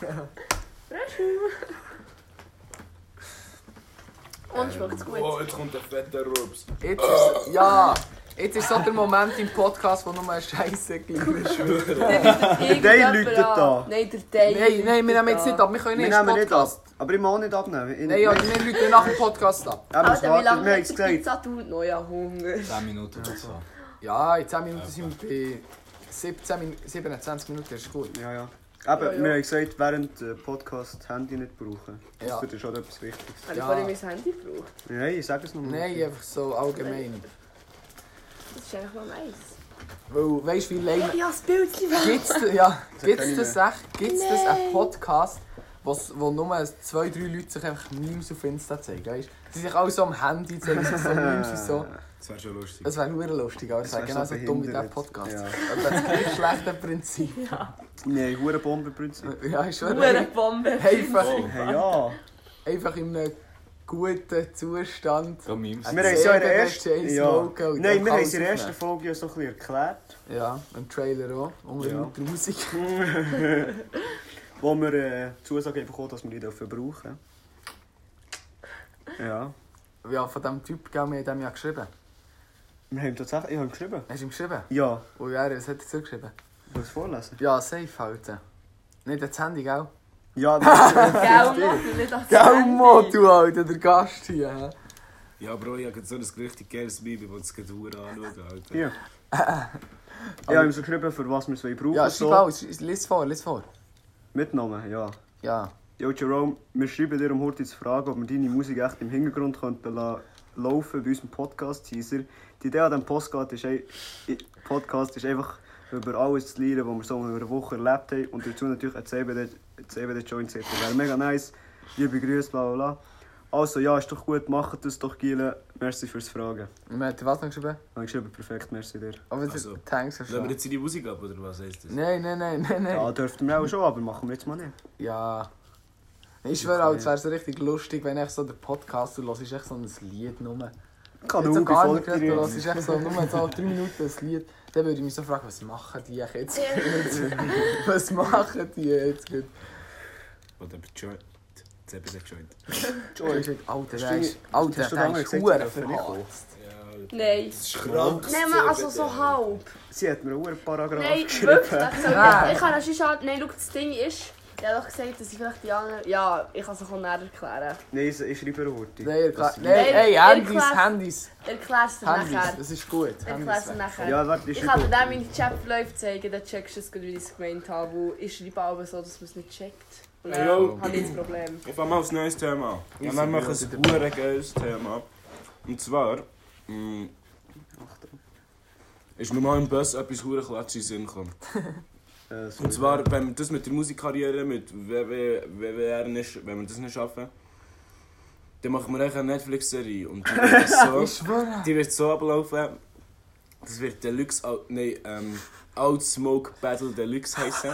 Speaker 3: Und schmeckt's gut?
Speaker 2: Oh, jetzt kommt der fette Rubs.
Speaker 1: Jetzt ist, ja, jetzt ist so der Moment im Podcast, wo nur eine Scheisse geliefert ist.
Speaker 3: Der
Speaker 4: Dave läutet da.
Speaker 3: Nein, der Dave.
Speaker 1: Nein, nein, wir nehmen
Speaker 3: läutet
Speaker 1: jetzt nicht
Speaker 3: da.
Speaker 1: ab, wir können
Speaker 4: Wir
Speaker 1: nicht
Speaker 4: nehmen nicht ab.
Speaker 1: Podcast.
Speaker 4: Aber ich mag nicht abnehmen. Ich-
Speaker 1: Nein, also wir läuten nach dem Podcast ab.
Speaker 4: Aber es
Speaker 3: Alter, wie
Speaker 4: wartet,
Speaker 3: lange
Speaker 4: wir haben
Speaker 3: hat
Speaker 4: es
Speaker 3: der
Speaker 4: gesagt.
Speaker 3: Pizza tut noch? Ja, Hunger.
Speaker 5: zehn Minuten oder so.
Speaker 1: Ja, in zehn Minuten sind wir bei siebzehn, Min- siebenundzwanzig Minuten, das ist gut.
Speaker 4: Ja, ja. Eben,
Speaker 3: Ja, ja.
Speaker 4: wir haben gesagt, während dem Podcast das Handy nicht brauchen. Das
Speaker 1: Ja.
Speaker 4: ist schon etwas Wichtiges.
Speaker 3: Habe ich
Speaker 1: Ja.
Speaker 3: vorhin mein Handy gebraucht?
Speaker 4: Nein, ich sage es nochmal.
Speaker 1: Nein, einfach so allgemein.
Speaker 3: Das ist einfach noch nice.
Speaker 1: Weil, weißt du, wie lange...
Speaker 3: Ja, das Bildchen weg.
Speaker 1: Gibt's, ja,
Speaker 4: Das
Speaker 1: gibt's
Speaker 4: kann ich
Speaker 1: das echt? Gibt's das einen
Speaker 3: Nein.
Speaker 1: Podcast, wo's- wo nur zwei, drei Leute sich einfach Memes auf Insta zeigen, weißt? Die sich alle so am Handy zeigen, sich so Memes und so.
Speaker 2: Das wäre schon lustig.
Speaker 1: Das wäre nur lustig, aber
Speaker 4: Das
Speaker 1: das wäre
Speaker 4: wär
Speaker 1: genau
Speaker 4: so
Speaker 1: so dumm wie der
Speaker 4: behindert.
Speaker 1: Podcast.
Speaker 4: Ja.
Speaker 1: Aber das ist kein schlechtes Prinzip.
Speaker 4: Nein, hure Bombenprinzip.
Speaker 1: Ja, ich schwöre.
Speaker 3: Hure Bombe.
Speaker 1: Einfach,
Speaker 4: Hey, ja.
Speaker 1: einfach in einem guten Zustand.
Speaker 5: So Memes.
Speaker 1: Ein
Speaker 4: Wir haben es ja in der
Speaker 1: Sägen,
Speaker 4: ersten...
Speaker 1: Jay
Speaker 4: Ja.
Speaker 1: Smoke und
Speaker 4: Nein,
Speaker 1: dann
Speaker 4: wir haben es in
Speaker 1: alles
Speaker 4: der ersten
Speaker 1: aufnehmen.
Speaker 4: Folge ja so ein bisschen erklärt.
Speaker 1: Ja, im Trailer auch. Unter
Speaker 4: Ja.
Speaker 1: lauter Musik.
Speaker 4: Wo wir äh, Zusage haben bekommen, dass wir die dafür brauchen. Ja.
Speaker 1: Ja, von diesem Typ, gell, wir haben dem ja geschrieben.
Speaker 4: Wir haben tatsächlich... Ich habe geschrieben.
Speaker 1: Hast du ihm geschrieben?
Speaker 4: Ja.
Speaker 1: Und ja, was hat er zurückgeschrieben?
Speaker 4: Willst du es vorlesen?
Speaker 1: Ja, safe halten. Nicht das Handy, gell?
Speaker 4: Ja, das ist...
Speaker 3: Gell, mach nicht das
Speaker 1: Gell, Mo,
Speaker 3: Handy.
Speaker 1: du Alter, der Gast hier. hä?
Speaker 2: Ja, Bro, ich habe so ein richtig geiles Baby, das es gerade anschauen, Alter.
Speaker 4: Hier. Ich habe ihm so geschrieben, für was wir es brauchen.
Speaker 1: Ja,
Speaker 4: so.
Speaker 1: schreib aus, lies vor, lies vor.
Speaker 4: Mitgenommen, ja.
Speaker 1: Ja.
Speaker 4: Jo Jerome, wir schreiben dir um heute zu fragen, ob wir deine Musik echt im Hintergrund könnten la- laufen bei unserem Podcast-Teaser. Die Idee an diesem Podcast ist, ein- i- Podcast ist einfach über alles zu lernen, was wir so in einer Woche erlebt haben. Und dazu natürlich ein C B D-Joint setzen. Wäre mega nice. Liebe Grüße, bla bla bla. Also ja, ist doch gut, macht das doch, Giele. Merci fürs Fragen.
Speaker 1: Und wir haben was noch geschrieben?
Speaker 4: Ich habe geschrieben, perfekt, merci dir.
Speaker 1: Aber das
Speaker 2: Also,
Speaker 1: Thanks
Speaker 2: Lassen wir
Speaker 1: schon.
Speaker 2: jetzt die Musik ab, oder was heisst das?
Speaker 1: Nein, nein, nein, nein, nein.
Speaker 4: Ja, dürften wir auch schon, aber machen wir jetzt mal nicht.
Speaker 1: Ja. Ich schwöre, als wäre es richtig lustig, wenn ich so den Podcast, du hörst echt so ein Lied nur.
Speaker 4: Kann
Speaker 1: Jetzt so
Speaker 4: auch
Speaker 1: gar nicht
Speaker 4: befolgt
Speaker 1: gehört, du
Speaker 4: dir.
Speaker 1: hörst echt so nur so drei Minuten ein Lied. Dann würde ich mich so fragen, was machen die jetzt gut? Was machen die jetzt gut?
Speaker 2: Oder bei Joint. C B D-Joint.
Speaker 1: Joy. Alter, der ist,
Speaker 4: Hast
Speaker 1: Alter,
Speaker 4: du
Speaker 1: der
Speaker 4: damals
Speaker 1: ist
Speaker 4: gesagt,
Speaker 1: Huren
Speaker 4: sie dürfen nicht
Speaker 1: verharzt.
Speaker 2: Ja,
Speaker 3: Nein.
Speaker 2: das ist krank.
Speaker 3: Nein, man, also so halb.
Speaker 4: Sie hat mir auch einen Paragraph
Speaker 3: Nein,
Speaker 4: geschrieben.
Speaker 3: wirklich. Das soll
Speaker 1: Nein.
Speaker 3: ich, ich kann das schon schauen. Nein, schau, das Ding ist, ich habe doch gesagt, dass ich vielleicht die anderen... Ja, ich kann es auch näher erklären.
Speaker 4: Nein, ich, ich schreibe eine Horti.
Speaker 1: Nein, erklär-
Speaker 4: Das-
Speaker 1: nein,
Speaker 3: Nein,
Speaker 1: ey,
Speaker 3: erklär-
Speaker 1: Handys, Handys,
Speaker 3: Erklär's dir
Speaker 1: Handys,
Speaker 3: nachher.
Speaker 1: das ist gut.
Speaker 3: Erklär's
Speaker 1: Handys
Speaker 3: dir
Speaker 1: weg.
Speaker 3: nachher.
Speaker 4: Ja, warte, ich
Speaker 3: Ich kann dir
Speaker 4: schreibe
Speaker 3: dann meine Chatverläufe zeigen, dann checkst du es gut, wie ich es gemeint habe. Wo ich schreibe aber so, dass man es nicht checkt. Und
Speaker 2: Hey,
Speaker 3: dann
Speaker 2: yo.
Speaker 3: habe ich das Problem.
Speaker 2: Ich fange mal auf ein neues Thema an. Ja, dann mache ich ein sehr geiles Thema. Und zwar... Mh, ist mir mal im Bus etwas verdammt Klatsch in den Sinn gekommen.
Speaker 4: Äh, sorry.
Speaker 2: Und zwar, wenn wir das mit der Musikkarriere, mit W W R nicht, wenn wir das nicht schaffen, dann machen wir echt eine Netflix-Serie. Und die wird so,
Speaker 1: Ich schwöre.
Speaker 2: die wird so ablaufen, das wird Deluxe, Out- nein, ähm, Out Smoke Battle Deluxe heißen.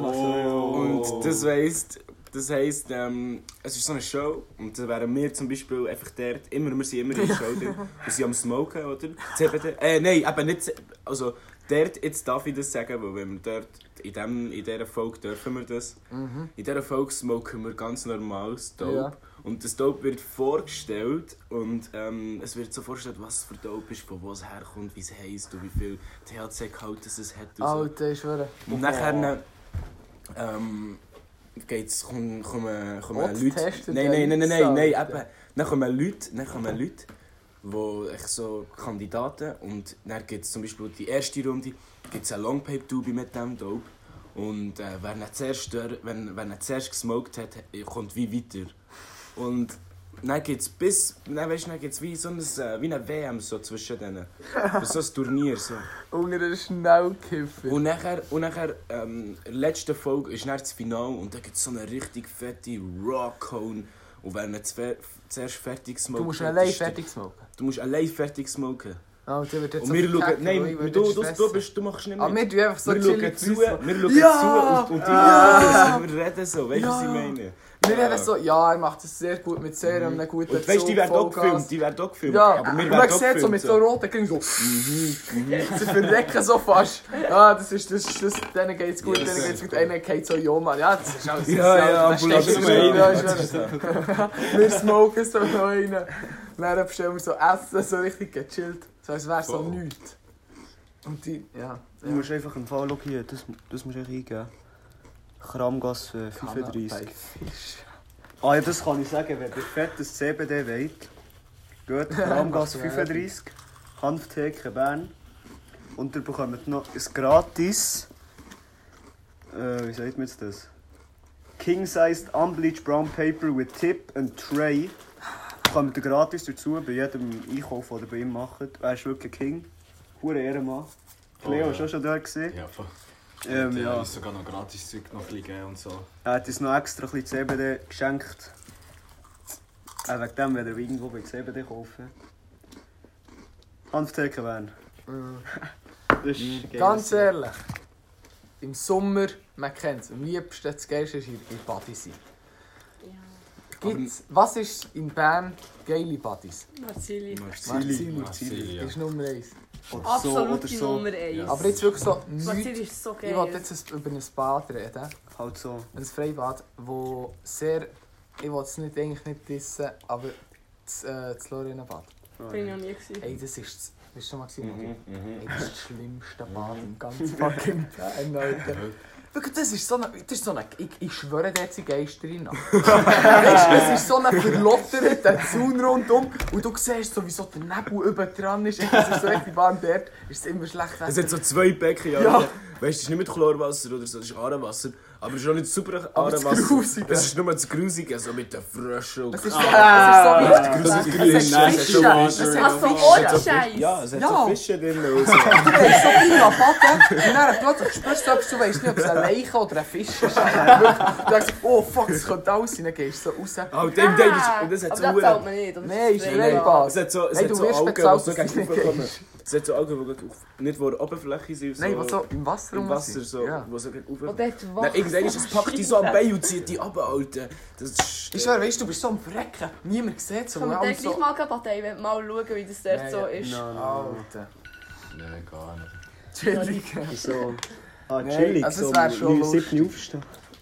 Speaker 2: Und das heisst, das heisst ähm, es ist so eine Show und da wären wir zum Beispiel einfach dort, immer, wir sind immer in der Show drin, wir sind am Smoken, oder? C B D, äh, nein, eben nicht, C- also dort, jetzt darf ich das sagen, weil wenn wir dort, in, dem, in dieser Folge dürfen wir das,
Speaker 1: Mhm.
Speaker 2: in dieser Folge smoken wir ganz normales Dope.
Speaker 1: Ja.
Speaker 2: Und das Dope wird vorgestellt und ähm, es wird so vorgestellt, was es für Dope ist, von wo es herkommt, wie es heisst und wie viel T H C-Gehalt es hat. Und, so.
Speaker 1: Alter, ich schwöre.
Speaker 2: Und nachher ähm, geht's, kommen, kommen, kommen
Speaker 1: What?
Speaker 2: Leute...
Speaker 1: Testet
Speaker 2: Nein,
Speaker 1: der
Speaker 2: nein, nein, nein, nein, nein,
Speaker 1: Alter?
Speaker 2: eben. Dann kommen Leute, dann kommen Leute, wo echt so Kandidaten und dann gibt es zum Beispiel die erste Runde, gibt es eine Longpipe-Tube mit dem Dope und äh, wer nicht zuerst, dör- wenn, wenn er zuerst gesmoked hat, kommt wie weiter. Und dann gibt es bis, dann weißt du, dann gibt's wie so ein, äh, wie eine W M so zwischen denen. So ein Turnier so.
Speaker 1: Unter einem Schnellkiffer.
Speaker 2: Und nachher, und nachher ähm, in der letzten Folge ist dann das Finale und da gibt es so eine richtig fette Raw-Cone. Und wenn er zwe- zuerst fertig smoken...
Speaker 1: Du musst allein fertig smoken.
Speaker 2: Du musst allein fertig smoken.
Speaker 1: Oh, der wird jetzt
Speaker 2: Und
Speaker 1: so
Speaker 2: wir schauen...
Speaker 1: verkacken,
Speaker 2: Nein,
Speaker 1: weil ich
Speaker 2: du,
Speaker 1: würde
Speaker 2: du,
Speaker 1: jetzt
Speaker 2: du,
Speaker 1: stressen.
Speaker 2: bist, du machst nicht
Speaker 1: Aber
Speaker 2: mit.
Speaker 1: wir tun einfach so
Speaker 2: wir schauen
Speaker 1: chillig
Speaker 2: zu,
Speaker 1: grüßen.
Speaker 2: wir schauen
Speaker 1: Ja!
Speaker 2: zu und, und die
Speaker 1: Ja!
Speaker 2: und wir reden so. Weißt du, was ich
Speaker 1: Ja!
Speaker 2: meine?
Speaker 1: Wir
Speaker 2: Ja.
Speaker 1: reden so, ja, er macht es sehr gut mit sehr einem guten
Speaker 2: Und weißt du, die werden auch
Speaker 1: Vollgas.
Speaker 2: gefilmt. Die werden auch gefilmt.
Speaker 1: Ja,
Speaker 2: aber wir
Speaker 1: und
Speaker 2: werden
Speaker 1: man
Speaker 2: auch
Speaker 1: sieht so
Speaker 2: gefilmt.
Speaker 1: mit so roten Klingen so. Sie verrecken so fast. Ja, das ist, das ist, das, denen geht's gut,
Speaker 2: Ja,
Speaker 1: denen
Speaker 2: das
Speaker 1: geht's
Speaker 2: ist
Speaker 1: gut, einer geht so, jo Mann, ja, das ist alles.
Speaker 2: Ja, ja,
Speaker 1: das
Speaker 2: Ambulanz
Speaker 1: steht
Speaker 2: nur
Speaker 1: schon
Speaker 2: eine.
Speaker 1: rein, ja, ist schon- Wir smoken so noch rein. Dann bestellen wir so Essen, so richtig gechillt. So als wäre so
Speaker 2: Voll.
Speaker 1: nichts. Und die, ja.
Speaker 4: Du musst einfach im Fall, schau hier, das, das musst du echt eingeben. Kramgasse fünfunddreißig.
Speaker 1: Bei Fisch.
Speaker 4: Ah ja, das kann ich sagen, wenn ihr fettes C B D wollt, geht Kramgasse
Speaker 1: Mach
Speaker 4: fünfunddreißig, Hanftheke Bern und ihr bekommt noch ein gratis, äh, wie sagt man jetzt das? King-sized unbleached brown paper with tip and tray. Bekommt ihr gratis dazu bei jedem Einkauf, den ihr bei ihm macht. Er ist wirklich King. Hure Ehrenmann. Cleo,
Speaker 5: Oh,
Speaker 4: hast
Speaker 5: ja.
Speaker 4: du auch schon dort gesehen?
Speaker 5: Ja, voll.
Speaker 4: Ähm,
Speaker 5: Der
Speaker 4: ja.
Speaker 5: ist sogar noch gratis Zeug noch liegen und so.
Speaker 4: Er hat uns noch extra ein bisschen C B D geschenkt. Äh, wegen dem, wenn ihr irgendwo bei C B D kaufen. Hanftheke Bern. Das ist geil.
Speaker 1: Ganz ehrlich, im Sommer, man kennt es, am liebsten, das Geilste ist hier in Badi sein.
Speaker 3: Ja.
Speaker 1: Gibt's, was ist in Bern geile Badis?
Speaker 3: Marzili.
Speaker 1: Marzili.
Speaker 5: Marzili, ja.
Speaker 1: Das ist Nummer eins.
Speaker 4: Oder so,
Speaker 3: Absolut
Speaker 4: oder
Speaker 3: die
Speaker 4: so.
Speaker 3: Nummer eins.
Speaker 5: Ja.
Speaker 1: Aber jetzt wirklich so
Speaker 3: Marzili
Speaker 1: nichts.
Speaker 3: ist so
Speaker 1: Ich wollte
Speaker 3: geil.
Speaker 1: jetzt über ein Bad reden.
Speaker 4: Halt so.
Speaker 1: Ein Freibad, wo sehr... Ich will es nicht, eigentlich nicht dissen, aber das, äh, das Lorena-Bad.
Speaker 3: Bin ich noch nie gewesen.
Speaker 1: Ey, das ist... das- Bist du schon mal gesehen?
Speaker 2: Mhm, mhm.
Speaker 1: Ey, das ist das schlimmste Bad im ganzen fucking Bern, Alter. Wirklich, das ist so eine... Das ist so eine ich, ich schwöre, da hat sie Geister rein. Weißt du, es ist so ein verlotterter Zaun rundum und du siehst so, wie so der Nebel über dran ist. Es ist so richtig warm dort. Ist es immer schlecht.
Speaker 2: Es hat so zwei Becken, ja.
Speaker 1: Ja.
Speaker 2: Weißt du, es ist nicht mit Chlorwasser oder so, es ist Aarewasser. Aber es ist auch nicht super
Speaker 1: Aber das
Speaker 2: Aarewasser.
Speaker 1: Grusige.
Speaker 2: Es ist nur das Grusige, so mit den Fröschen und
Speaker 1: Es ist so,
Speaker 2: Ah.
Speaker 1: es ist so
Speaker 2: Grusige
Speaker 1: wie... Es
Speaker 2: Grün.
Speaker 1: hat
Speaker 2: Es
Speaker 1: Fische.
Speaker 2: hat so
Speaker 1: Es
Speaker 2: Fische.
Speaker 1: hat
Speaker 3: Also,
Speaker 1: Fische.
Speaker 3: ohne
Speaker 2: Es hat so
Speaker 3: Scheiß.
Speaker 2: Fisch- Ja, es hat
Speaker 1: Ja.
Speaker 2: so Fische drin und so.
Speaker 1: Du gehst so rein an Baden und dann plötzlich spürst du etwas, du weißt nicht, ob es ein Leiche oder ein Fisch ist. Wirklich, du denkst, oh fuck, das könnte alles sein, dann gehst du so raus.
Speaker 2: Oh, dem Ding ist... Und das hat
Speaker 3: Aber
Speaker 2: so
Speaker 3: das
Speaker 2: Huren-
Speaker 3: zahlt man nicht. oder?
Speaker 1: Nein, ist
Speaker 3: Das
Speaker 1: Freibad.
Speaker 2: Es hat so, es
Speaker 1: Hey,
Speaker 2: hat
Speaker 1: du
Speaker 2: so
Speaker 1: wirst
Speaker 2: Augen, die
Speaker 1: bezahlt,
Speaker 2: so
Speaker 1: dass du
Speaker 2: gegen
Speaker 1: nicht
Speaker 2: kommen.
Speaker 1: gehst.
Speaker 2: Es hat so Augen, die auf, nicht vor der Oberfläche sind.
Speaker 1: Nein, was so im Wasser
Speaker 2: Im
Speaker 1: rum
Speaker 2: Wasser
Speaker 1: sind.
Speaker 2: so,
Speaker 1: Ja.
Speaker 2: wo so gegen
Speaker 3: Und
Speaker 2: rauf...
Speaker 3: dort
Speaker 2: Nein, irgendwann ist es packt die so am Bein und zieht die ab, Alter. Das ist...
Speaker 1: Ich schwöre, weißt du, du bist so am Verrecken. Niemand sieht so.
Speaker 3: Kann man
Speaker 1: alle
Speaker 3: dann
Speaker 1: so...
Speaker 3: gleich mal gehen, Partei, wenn mal schauen, wie das dort
Speaker 1: Nein,
Speaker 3: so
Speaker 1: ja.
Speaker 3: ist.
Speaker 4: No, no, no.
Speaker 1: Alter.
Speaker 5: Nein, gar nicht.
Speaker 1: Chillig.
Speaker 4: So. Ah,
Speaker 1: Nein,
Speaker 4: chillig.
Speaker 1: also
Speaker 4: so
Speaker 1: es wär schon
Speaker 4: um
Speaker 1: lustig.
Speaker 4: sieben Uhr aufstehen.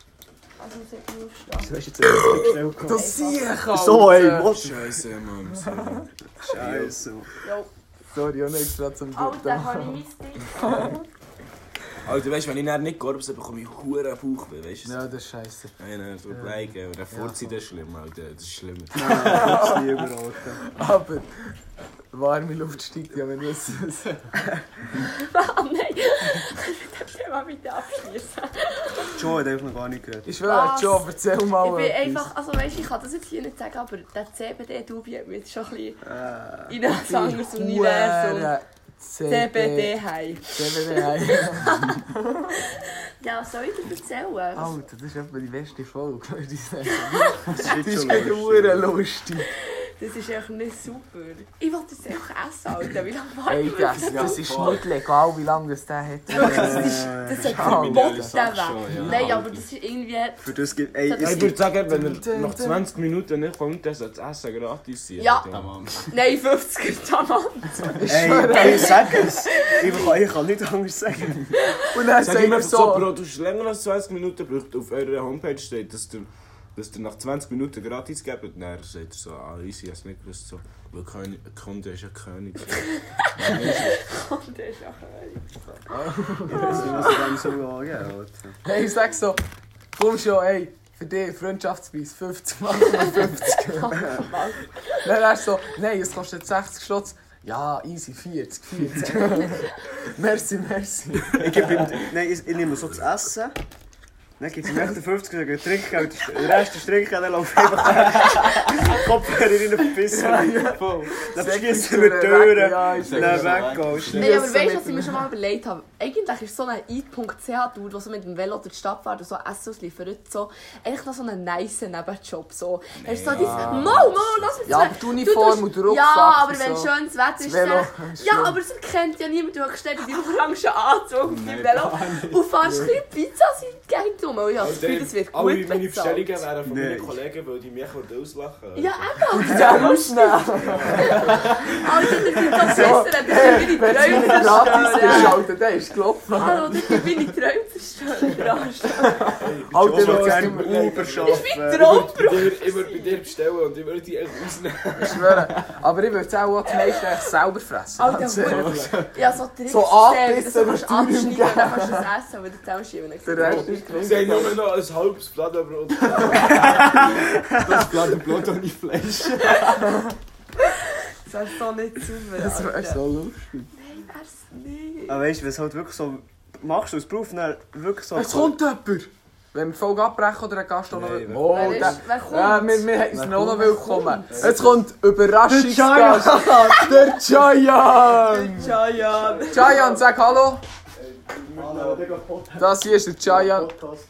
Speaker 3: Also muss ich nicht aufstehen.
Speaker 4: Wieso hast du jetzt etwas schnell
Speaker 1: Du
Speaker 4: gehabt?
Speaker 1: siehst, Alter.
Speaker 4: So, ey, was?
Speaker 2: Scheiße, Mann. sorry.
Speaker 4: Scheiße.
Speaker 3: Jo.
Speaker 1: Sorry, auch nicht extra zum
Speaker 3: Alter, habe ich mein Ding.
Speaker 2: Alter, weißt du, wenn ich dann nicht Korbs habe, bekomme ich Huren Bauchweh, weißt du?
Speaker 1: Ja, das ist scheiße.
Speaker 2: Nein, nein, das wird bleiben. Und dann Furzi, das ist schlimm, Alter. Das ist schlimm.
Speaker 4: Das ist lieber, Alter.
Speaker 1: Aber warme Luft steigt ja, wenn du es...
Speaker 3: Oh nein! Das Thema bitte abschließen.
Speaker 4: Joe hat einfach noch gar nicht geredet.
Speaker 1: Ich schwöre,
Speaker 3: Was?
Speaker 1: Joe, erzähl mal
Speaker 3: Ich bin
Speaker 1: etwas.
Speaker 3: einfach, also weißt, ich kann das jetzt hier nicht sagen, aber der C B D-Dubi hat mich jetzt schon ein bisschen
Speaker 4: Äh,
Speaker 3: in ein anderes Universum.
Speaker 1: Huere
Speaker 3: C B D heim.
Speaker 1: C B D heim.
Speaker 3: Ja, was soll ich dir erzählen?
Speaker 1: Alter, das ist etwa die beste Folge, würde ich sagen.
Speaker 4: Das ist
Speaker 1: Das
Speaker 4: jetzt
Speaker 1: ist
Speaker 4: schon
Speaker 1: wieder
Speaker 4: lustig.
Speaker 1: hure lustig.
Speaker 3: Das ist echt nicht super. Ich wollte das einfach essen, Alter. Wie lange war
Speaker 1: Ey, das, das ist nicht legal, wie lange das der hat.
Speaker 3: Das ist, das hat
Speaker 1: Schau.
Speaker 3: verboten
Speaker 2: Sache
Speaker 3: weg.
Speaker 2: schon, ja.
Speaker 3: Nein, aber das ist irgendwie...
Speaker 4: Für das gibt... Ey,
Speaker 3: Ja,
Speaker 4: es
Speaker 2: Ich würde sagen, wenn er nach zwanzig Minuten nicht kommt, dann soll das Essen gratis sein.
Speaker 3: Ja.
Speaker 5: Tamam.
Speaker 3: Nein, fünfzig Tamam.
Speaker 4: Ey, ey, ich sag es. Ich kann, ich kann nicht anders sagen.
Speaker 1: Und dann
Speaker 2: Sag
Speaker 1: sagt
Speaker 2: immer
Speaker 1: er
Speaker 2: so,
Speaker 1: so...
Speaker 2: Bro, du hast länger als zwanzig Minuten gebraucht. Auf eurer Homepage steht, dass der, dass der nach zwanzig Minuten gratis gebt. Und dann sagt er so, ah, easy, ich hab's nicht gewusst. So, weil König, ein Kunde ist ja König.
Speaker 3: Und der ist auch
Speaker 4: Ich weiß nicht, was ich dem so angeben Alter.
Speaker 1: Hey, ich sag so... Komm schon, ey. Für dich Freundschaftspreis fünfzig Mal fünfzig. Dann er so... Nein, es kostet sechzig Stutz. Ja, easy, vierzig, vierzig. Merci, merci.
Speaker 4: Ich gebe ihm... Nein, ich, ich nehme so das Essen. Dann gibt es ihm echt fünfzig und ein Trinkgeld. Der Rest ist Trinkgeld, dann laufe ich einfach Kopfhörer rein auf die Pisse. Dann schießen wir die Türen.
Speaker 1: Ja, ist
Speaker 4: Dann weggehst.
Speaker 3: Nein, aber
Speaker 1: Schiessen
Speaker 3: weißt du,
Speaker 1: mit
Speaker 3: was ich mir
Speaker 1: dem-
Speaker 3: schon mal überlegt habe? Eigentlich ist so ein i punkt c h-Dude, der so mit dem Velo durch die Stadt fährt und so Essen ausliefert, so, eigentlich noch so einen nice Nebenjob. So. Er ist so dieses, Mau, Mau, lass mich
Speaker 1: Ja,
Speaker 3: sagen.
Speaker 1: aber die Uniform
Speaker 3: Du
Speaker 1: und der
Speaker 3: tust-
Speaker 1: Rucksack
Speaker 3: Ja, aber
Speaker 1: und
Speaker 3: wenn
Speaker 1: so.
Speaker 3: schönes Wetter ist,
Speaker 1: Velo
Speaker 3: dann...
Speaker 1: ist
Speaker 3: Ja,
Speaker 1: schlimm.
Speaker 3: aber es kennt ja niemand. Du hast gestellt in deinem orangen Anzug auf deinem Velo und fährst ein bisschen Pizza sein rum. Und ich habe das Gefühl, das wird
Speaker 2: Alle
Speaker 3: gut
Speaker 2: meine
Speaker 3: bezahlt.
Speaker 2: Bestellungen wären von meinen
Speaker 4: Nein.
Speaker 2: Kollegen, weil die mich auslachen würden.
Speaker 3: Ja, eben.
Speaker 1: Ja, ausnehmen.
Speaker 3: Alter, das wird doch besser. Das ist meine
Speaker 1: Wenn es
Speaker 3: Träume
Speaker 1: nicht gratis
Speaker 3: zerstören.
Speaker 1: geschaltet, dann ist es gelaufen.
Speaker 3: Hallo, das wird meine Träume zerstören.
Speaker 1: Alter,
Speaker 4: Ich
Speaker 1: das
Speaker 4: würde gerne
Speaker 1: ist
Speaker 4: Uber
Speaker 3: Das ist mein
Speaker 4: arbeiten.
Speaker 3: Traum.
Speaker 2: Ich würde ich würde bei dir bestellen und ich würde die einfach ausnehmen.
Speaker 1: Ich schwöre. Aber ich würde es auch das meiste echt selber fressen.
Speaker 3: Alter,
Speaker 1: Ganz
Speaker 3: Hure.
Speaker 1: ehrlich.
Speaker 3: Ja, so Tricks
Speaker 1: So
Speaker 3: gestellt, dass du
Speaker 1: angebissen
Speaker 3: kannst
Speaker 1: mit
Speaker 3: abschneiden, dann kannst du es essen, weil du zusammenschieben.
Speaker 1: Der Rest ist
Speaker 2: Sie haben nur noch ein halbes Fladenbrot.
Speaker 5: Das Blatt Blut ohne Fleisch.
Speaker 3: Das wäre so nicht super.
Speaker 1: Das wäre
Speaker 3: Alter.
Speaker 1: so lustig.
Speaker 3: Nein, wär's nicht.
Speaker 4: Aber weißt du, wenn es halt wirklich so... Machst du als Beruf dann wirklich so...
Speaker 1: Es kommt jemand. Wenn wir die Folge abbrechen oder ein Gast noch
Speaker 2: Nein,
Speaker 1: will.
Speaker 2: wer-
Speaker 1: Oh,
Speaker 3: Wer ist-
Speaker 1: der...
Speaker 3: wer kommt?
Speaker 1: Ja, wir, wir hätten es noch noch
Speaker 3: Wer
Speaker 1: willkommen.
Speaker 3: kommt?
Speaker 1: Jetzt kommt Überraschungsgast. Der Chayan.
Speaker 3: Chayan.
Speaker 1: Chayan, sag Hallo. Das hier ist der Chayan.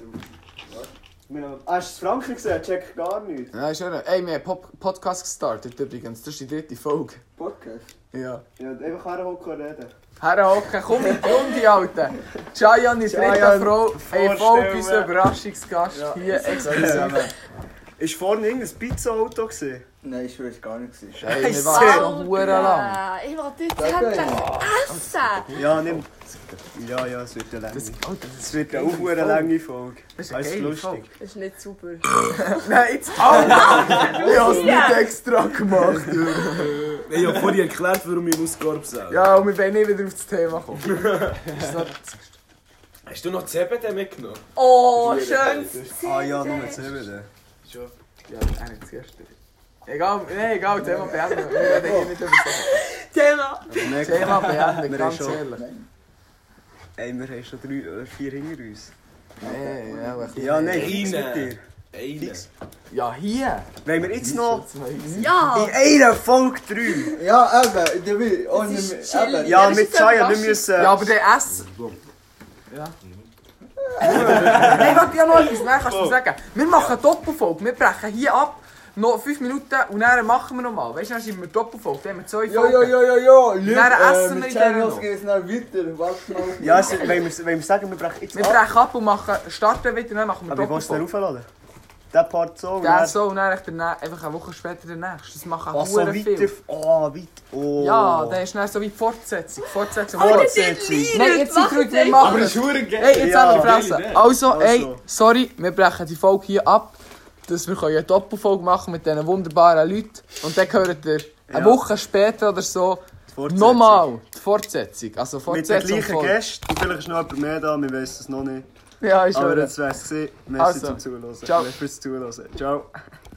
Speaker 4: Hast du das Franken gesehen? Check gar nicht.
Speaker 1: Ja, ist ja. Ey, wir haben Pop Podcast gestartet übrigens. Das ist die dritte Folge.
Speaker 4: Podcast?
Speaker 1: Ja.
Speaker 4: Ja, einfach herhocken und reden.
Speaker 1: Herhocken, komm in die Runde, Alter. Chayan ist dritte
Speaker 4: Chayan,
Speaker 1: Frau. Ey, voll
Speaker 4: vorstellen.
Speaker 1: unser Überraschungsgast
Speaker 4: Ja.
Speaker 1: hier exklusiv.
Speaker 4: Ist vorne irgendein Pizza-Auto gesehen?
Speaker 5: Nein, ich weiß gar nicht.
Speaker 1: Ey, wir waren schon hure lang.
Speaker 3: Alter, ich will jetzt endlich essen.
Speaker 4: Ja, nimm. Ja, ja, es wird eine lange.
Speaker 1: Das, Alter, das
Speaker 4: Es wird eine auch eine lange Folge.
Speaker 1: Das ist
Speaker 4: Weißt
Speaker 1: eine
Speaker 4: du,
Speaker 1: geile Folge.
Speaker 4: lustig.
Speaker 3: Das ist nicht super.
Speaker 1: Nein, jetzt Alter! Ich hab's nicht extra gemacht.
Speaker 2: Ich habe vorhin erklärt, warum ich Ausgabe sage.
Speaker 1: Ja, und wir wollen nicht wieder auf das Thema kommen. Ist so-
Speaker 2: Hast du noch C B D mitgenommen?
Speaker 3: Oh, schön.
Speaker 4: Ah ja, nur mit sieben.
Speaker 1: Ja, eigentlich das erste. Egal, nein, egal, Thema beenden. Wir reden hier nicht über das.
Speaker 3: Thema.
Speaker 1: Thema beenden,
Speaker 4: Wir
Speaker 1: ganz
Speaker 4: haben schon-
Speaker 1: ehrlich.
Speaker 4: Ey, wir haben schon drei oder vier hinter uns.
Speaker 1: Nee, ja, ein bisschen
Speaker 4: Ja,
Speaker 1: mehr.
Speaker 4: nein, fix mit
Speaker 2: Eine.
Speaker 4: dir.
Speaker 2: Eine.
Speaker 4: Fix.
Speaker 1: Ja, hier.
Speaker 4: Wollen wir jetzt noch
Speaker 3: Ja.
Speaker 4: in einer Folge drei?
Speaker 5: Ja, eben. Der will. Oh,
Speaker 3: Das
Speaker 5: nicht
Speaker 3: ist
Speaker 5: mehr.
Speaker 3: chillig.
Speaker 5: Eben.
Speaker 4: Ja,
Speaker 3: Ja, das
Speaker 4: mit
Speaker 3: ist so
Speaker 4: Chaya, wir
Speaker 3: überraschend.
Speaker 4: müssen...
Speaker 1: Ja, aber der Essen. Ja. Nein, warte, ja noch etwas. Nein, kannst du mir sagen. Wir machen eine Doppelfolge. Wir brechen hier ab. Noch fünf Minuten und dann machen wir nochmal. Weißt du, dann schreiben wir Doppelfolge. Dann haben wir zwei
Speaker 5: Ja,
Speaker 1: Folgen.
Speaker 5: ja, ja, ja, ja. Lieb,
Speaker 1: Dann essen
Speaker 5: äh,
Speaker 1: wir
Speaker 5: mit
Speaker 1: in der
Speaker 5: Channels
Speaker 1: noch.
Speaker 5: geht es dann weiter. Warte mal.
Speaker 4: Ja, es, wenn, wir, wenn wir sagen, wir brechen jetzt
Speaker 1: Wir
Speaker 4: ab.
Speaker 1: brechen ab und machen, starten wieder und dann machen wir
Speaker 4: Aber wie willst du den
Speaker 1: Doppelfolge.
Speaker 4: aufladen? Der Part so und
Speaker 1: Der
Speaker 4: dann-
Speaker 1: so und dann echt danach- einfach eine Woche später der nächste. Das machen
Speaker 4: Was so
Speaker 1: hure
Speaker 4: weiter...
Speaker 1: viel.
Speaker 4: Oh, weit... Oh.
Speaker 1: Ja, dann ist dann so wie die Fortsetzung. Fortsetzung.
Speaker 3: Oh, das
Speaker 1: Fortsetzung.
Speaker 3: sind
Speaker 1: Nein,
Speaker 3: Lieder.
Speaker 1: jetzt sind wir, wir
Speaker 3: Machen
Speaker 1: machen
Speaker 5: Aber
Speaker 1: es.
Speaker 5: es ist verdammt geil.
Speaker 1: Hey, jetzt
Speaker 4: Ja,
Speaker 1: haben wir
Speaker 2: geile
Speaker 1: Fresse.
Speaker 2: Idee.
Speaker 1: Also, ey,
Speaker 4: Also.
Speaker 1: sorry, wir brechen die Folge hier ab, dass wir eine Doppelfolge machen mit diesen wunderbaren Leuten. Und dann hört ihr eine
Speaker 4: Ja.
Speaker 1: Woche später oder so
Speaker 4: Die Fortsetzung.
Speaker 1: nochmal die Fortsetzung. Also
Speaker 4: Mit den
Speaker 1: Fortsetzung
Speaker 4: gleichen
Speaker 1: voll.
Speaker 4: Gästen. Und vielleicht ist noch jemand mehr da, wir wissen es noch nicht.
Speaker 1: Ja, ist
Speaker 4: Aber
Speaker 1: schon.
Speaker 4: jetzt wär's es gewesen. Merci
Speaker 1: Also,
Speaker 4: zum Zuhören.
Speaker 1: ciao.
Speaker 4: Merci fürs Zuhören. Ciao.